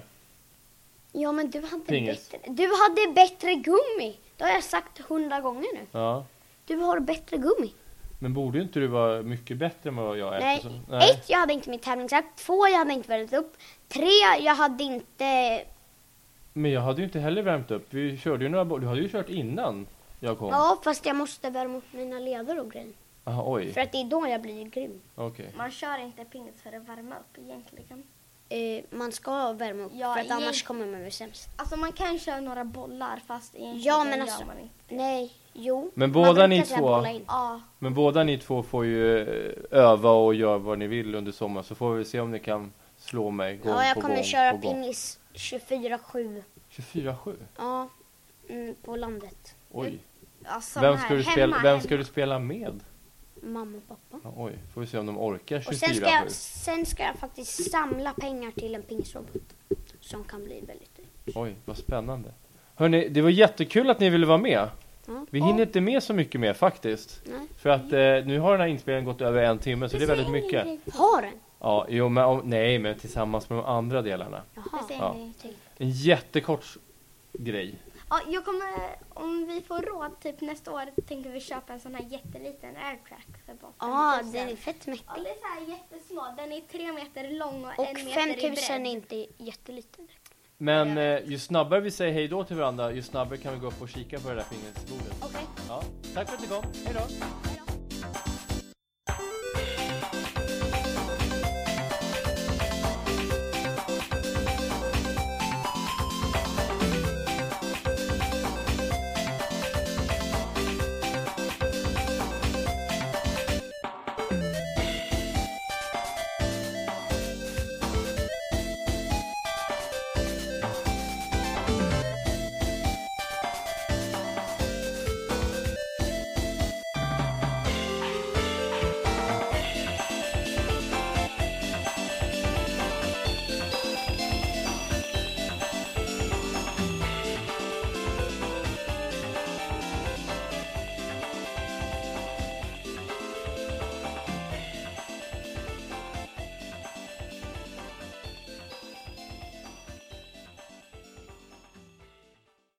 H: Ja, men du hade
A: Pingis.
H: bättre. Du hade bättre gummi. Det har jag sagt hundra gånger nu.
A: Ja.
H: Du har bättre gummi.
A: Men borde inte du vara mycket bättre än vad jag är?
H: Nej.
A: Eftersom-
H: Ett, jag hade inte min tävlingsakt. Två, jag hade inte värmt upp. Tre, jag hade inte...
A: Men jag hade ju inte heller värmt upp. Vi körde ju några bo- Du hade ju kört innan jag kom.
H: Ja, fast jag måste värma upp mina leder och grejer.
A: Aha, oj.
H: För att det är då jag blir grym.
A: Okej.
G: Man kör inte pingis för att värma upp egentligen.
H: Eh, man ska värma upp
G: Ja,
H: för att annars
G: egent-
H: kommer man bli sämst.
G: Alltså man kan köra några bollar fast egentligen
H: Ja, men
G: gör
H: alltså-
G: man inte.
H: Nej, jo.
A: Men
H: Man
A: båda
H: brukar
A: ni
H: säga
A: två-
H: bolla in.
G: Ja,
A: Men båda ni två får ju eh, öva och göra vad ni vill under sommaren. Så får vi se om ni kan slå mig gång
H: Ja, jag
A: på
H: kommer
A: gång
H: köra
A: på gång.
H: pingis tjugofyra sju.
A: tjugofyra sju?
H: Ja, mm, på landet.
A: Oj.
G: ja sån
A: Vem
G: här,
A: ska, du
G: hemma,
A: spela, vem ska
G: hemma.
A: du spela med?
H: Mamma och pappa.
A: Ja, oj, får vi se om de orkar
H: Och sen
A: tjugofyra
H: ska, jag,
A: sju.
H: sen ska jag faktiskt samla pengar till en pingisrobot. Som kan bli väldigt dyr.
A: Oj, vad spännande. Hörrni, det var jättekul att ni ville vara med.
H: Ja.
A: Vi hinner inte med så mycket mer faktiskt.
H: Nej.
A: För att eh, nu har den här inspelningen gått över en timme så det är väldigt mycket.
H: Har den?
A: Ja, jo, men, om- nej, men tillsammans med de andra delarna.
H: Jaha.
G: Det säger
A: Ja.
G: ni till.
A: En jättekort grej.
G: Ja, jag kommer, om vi får råd typ nästa år tänker vi köpa en sån här jätteliten airtrack för bara
H: Ja,
G: fem tusen.
H: den är fett mäktig.
G: Ja, det är så här jättesmå. Den är tre meter lång och,
H: Och
G: en meter
H: fem
G: i
H: tusen är
G: bredd.
H: inte jätteliten.
A: Men eh, ju snabbare vi säger hej då till varandra, ju snabbare kan vi gå upp och kika på det där pingisbordet.
H: Okej.
A: Ja, tack för att ni kom. Hej då!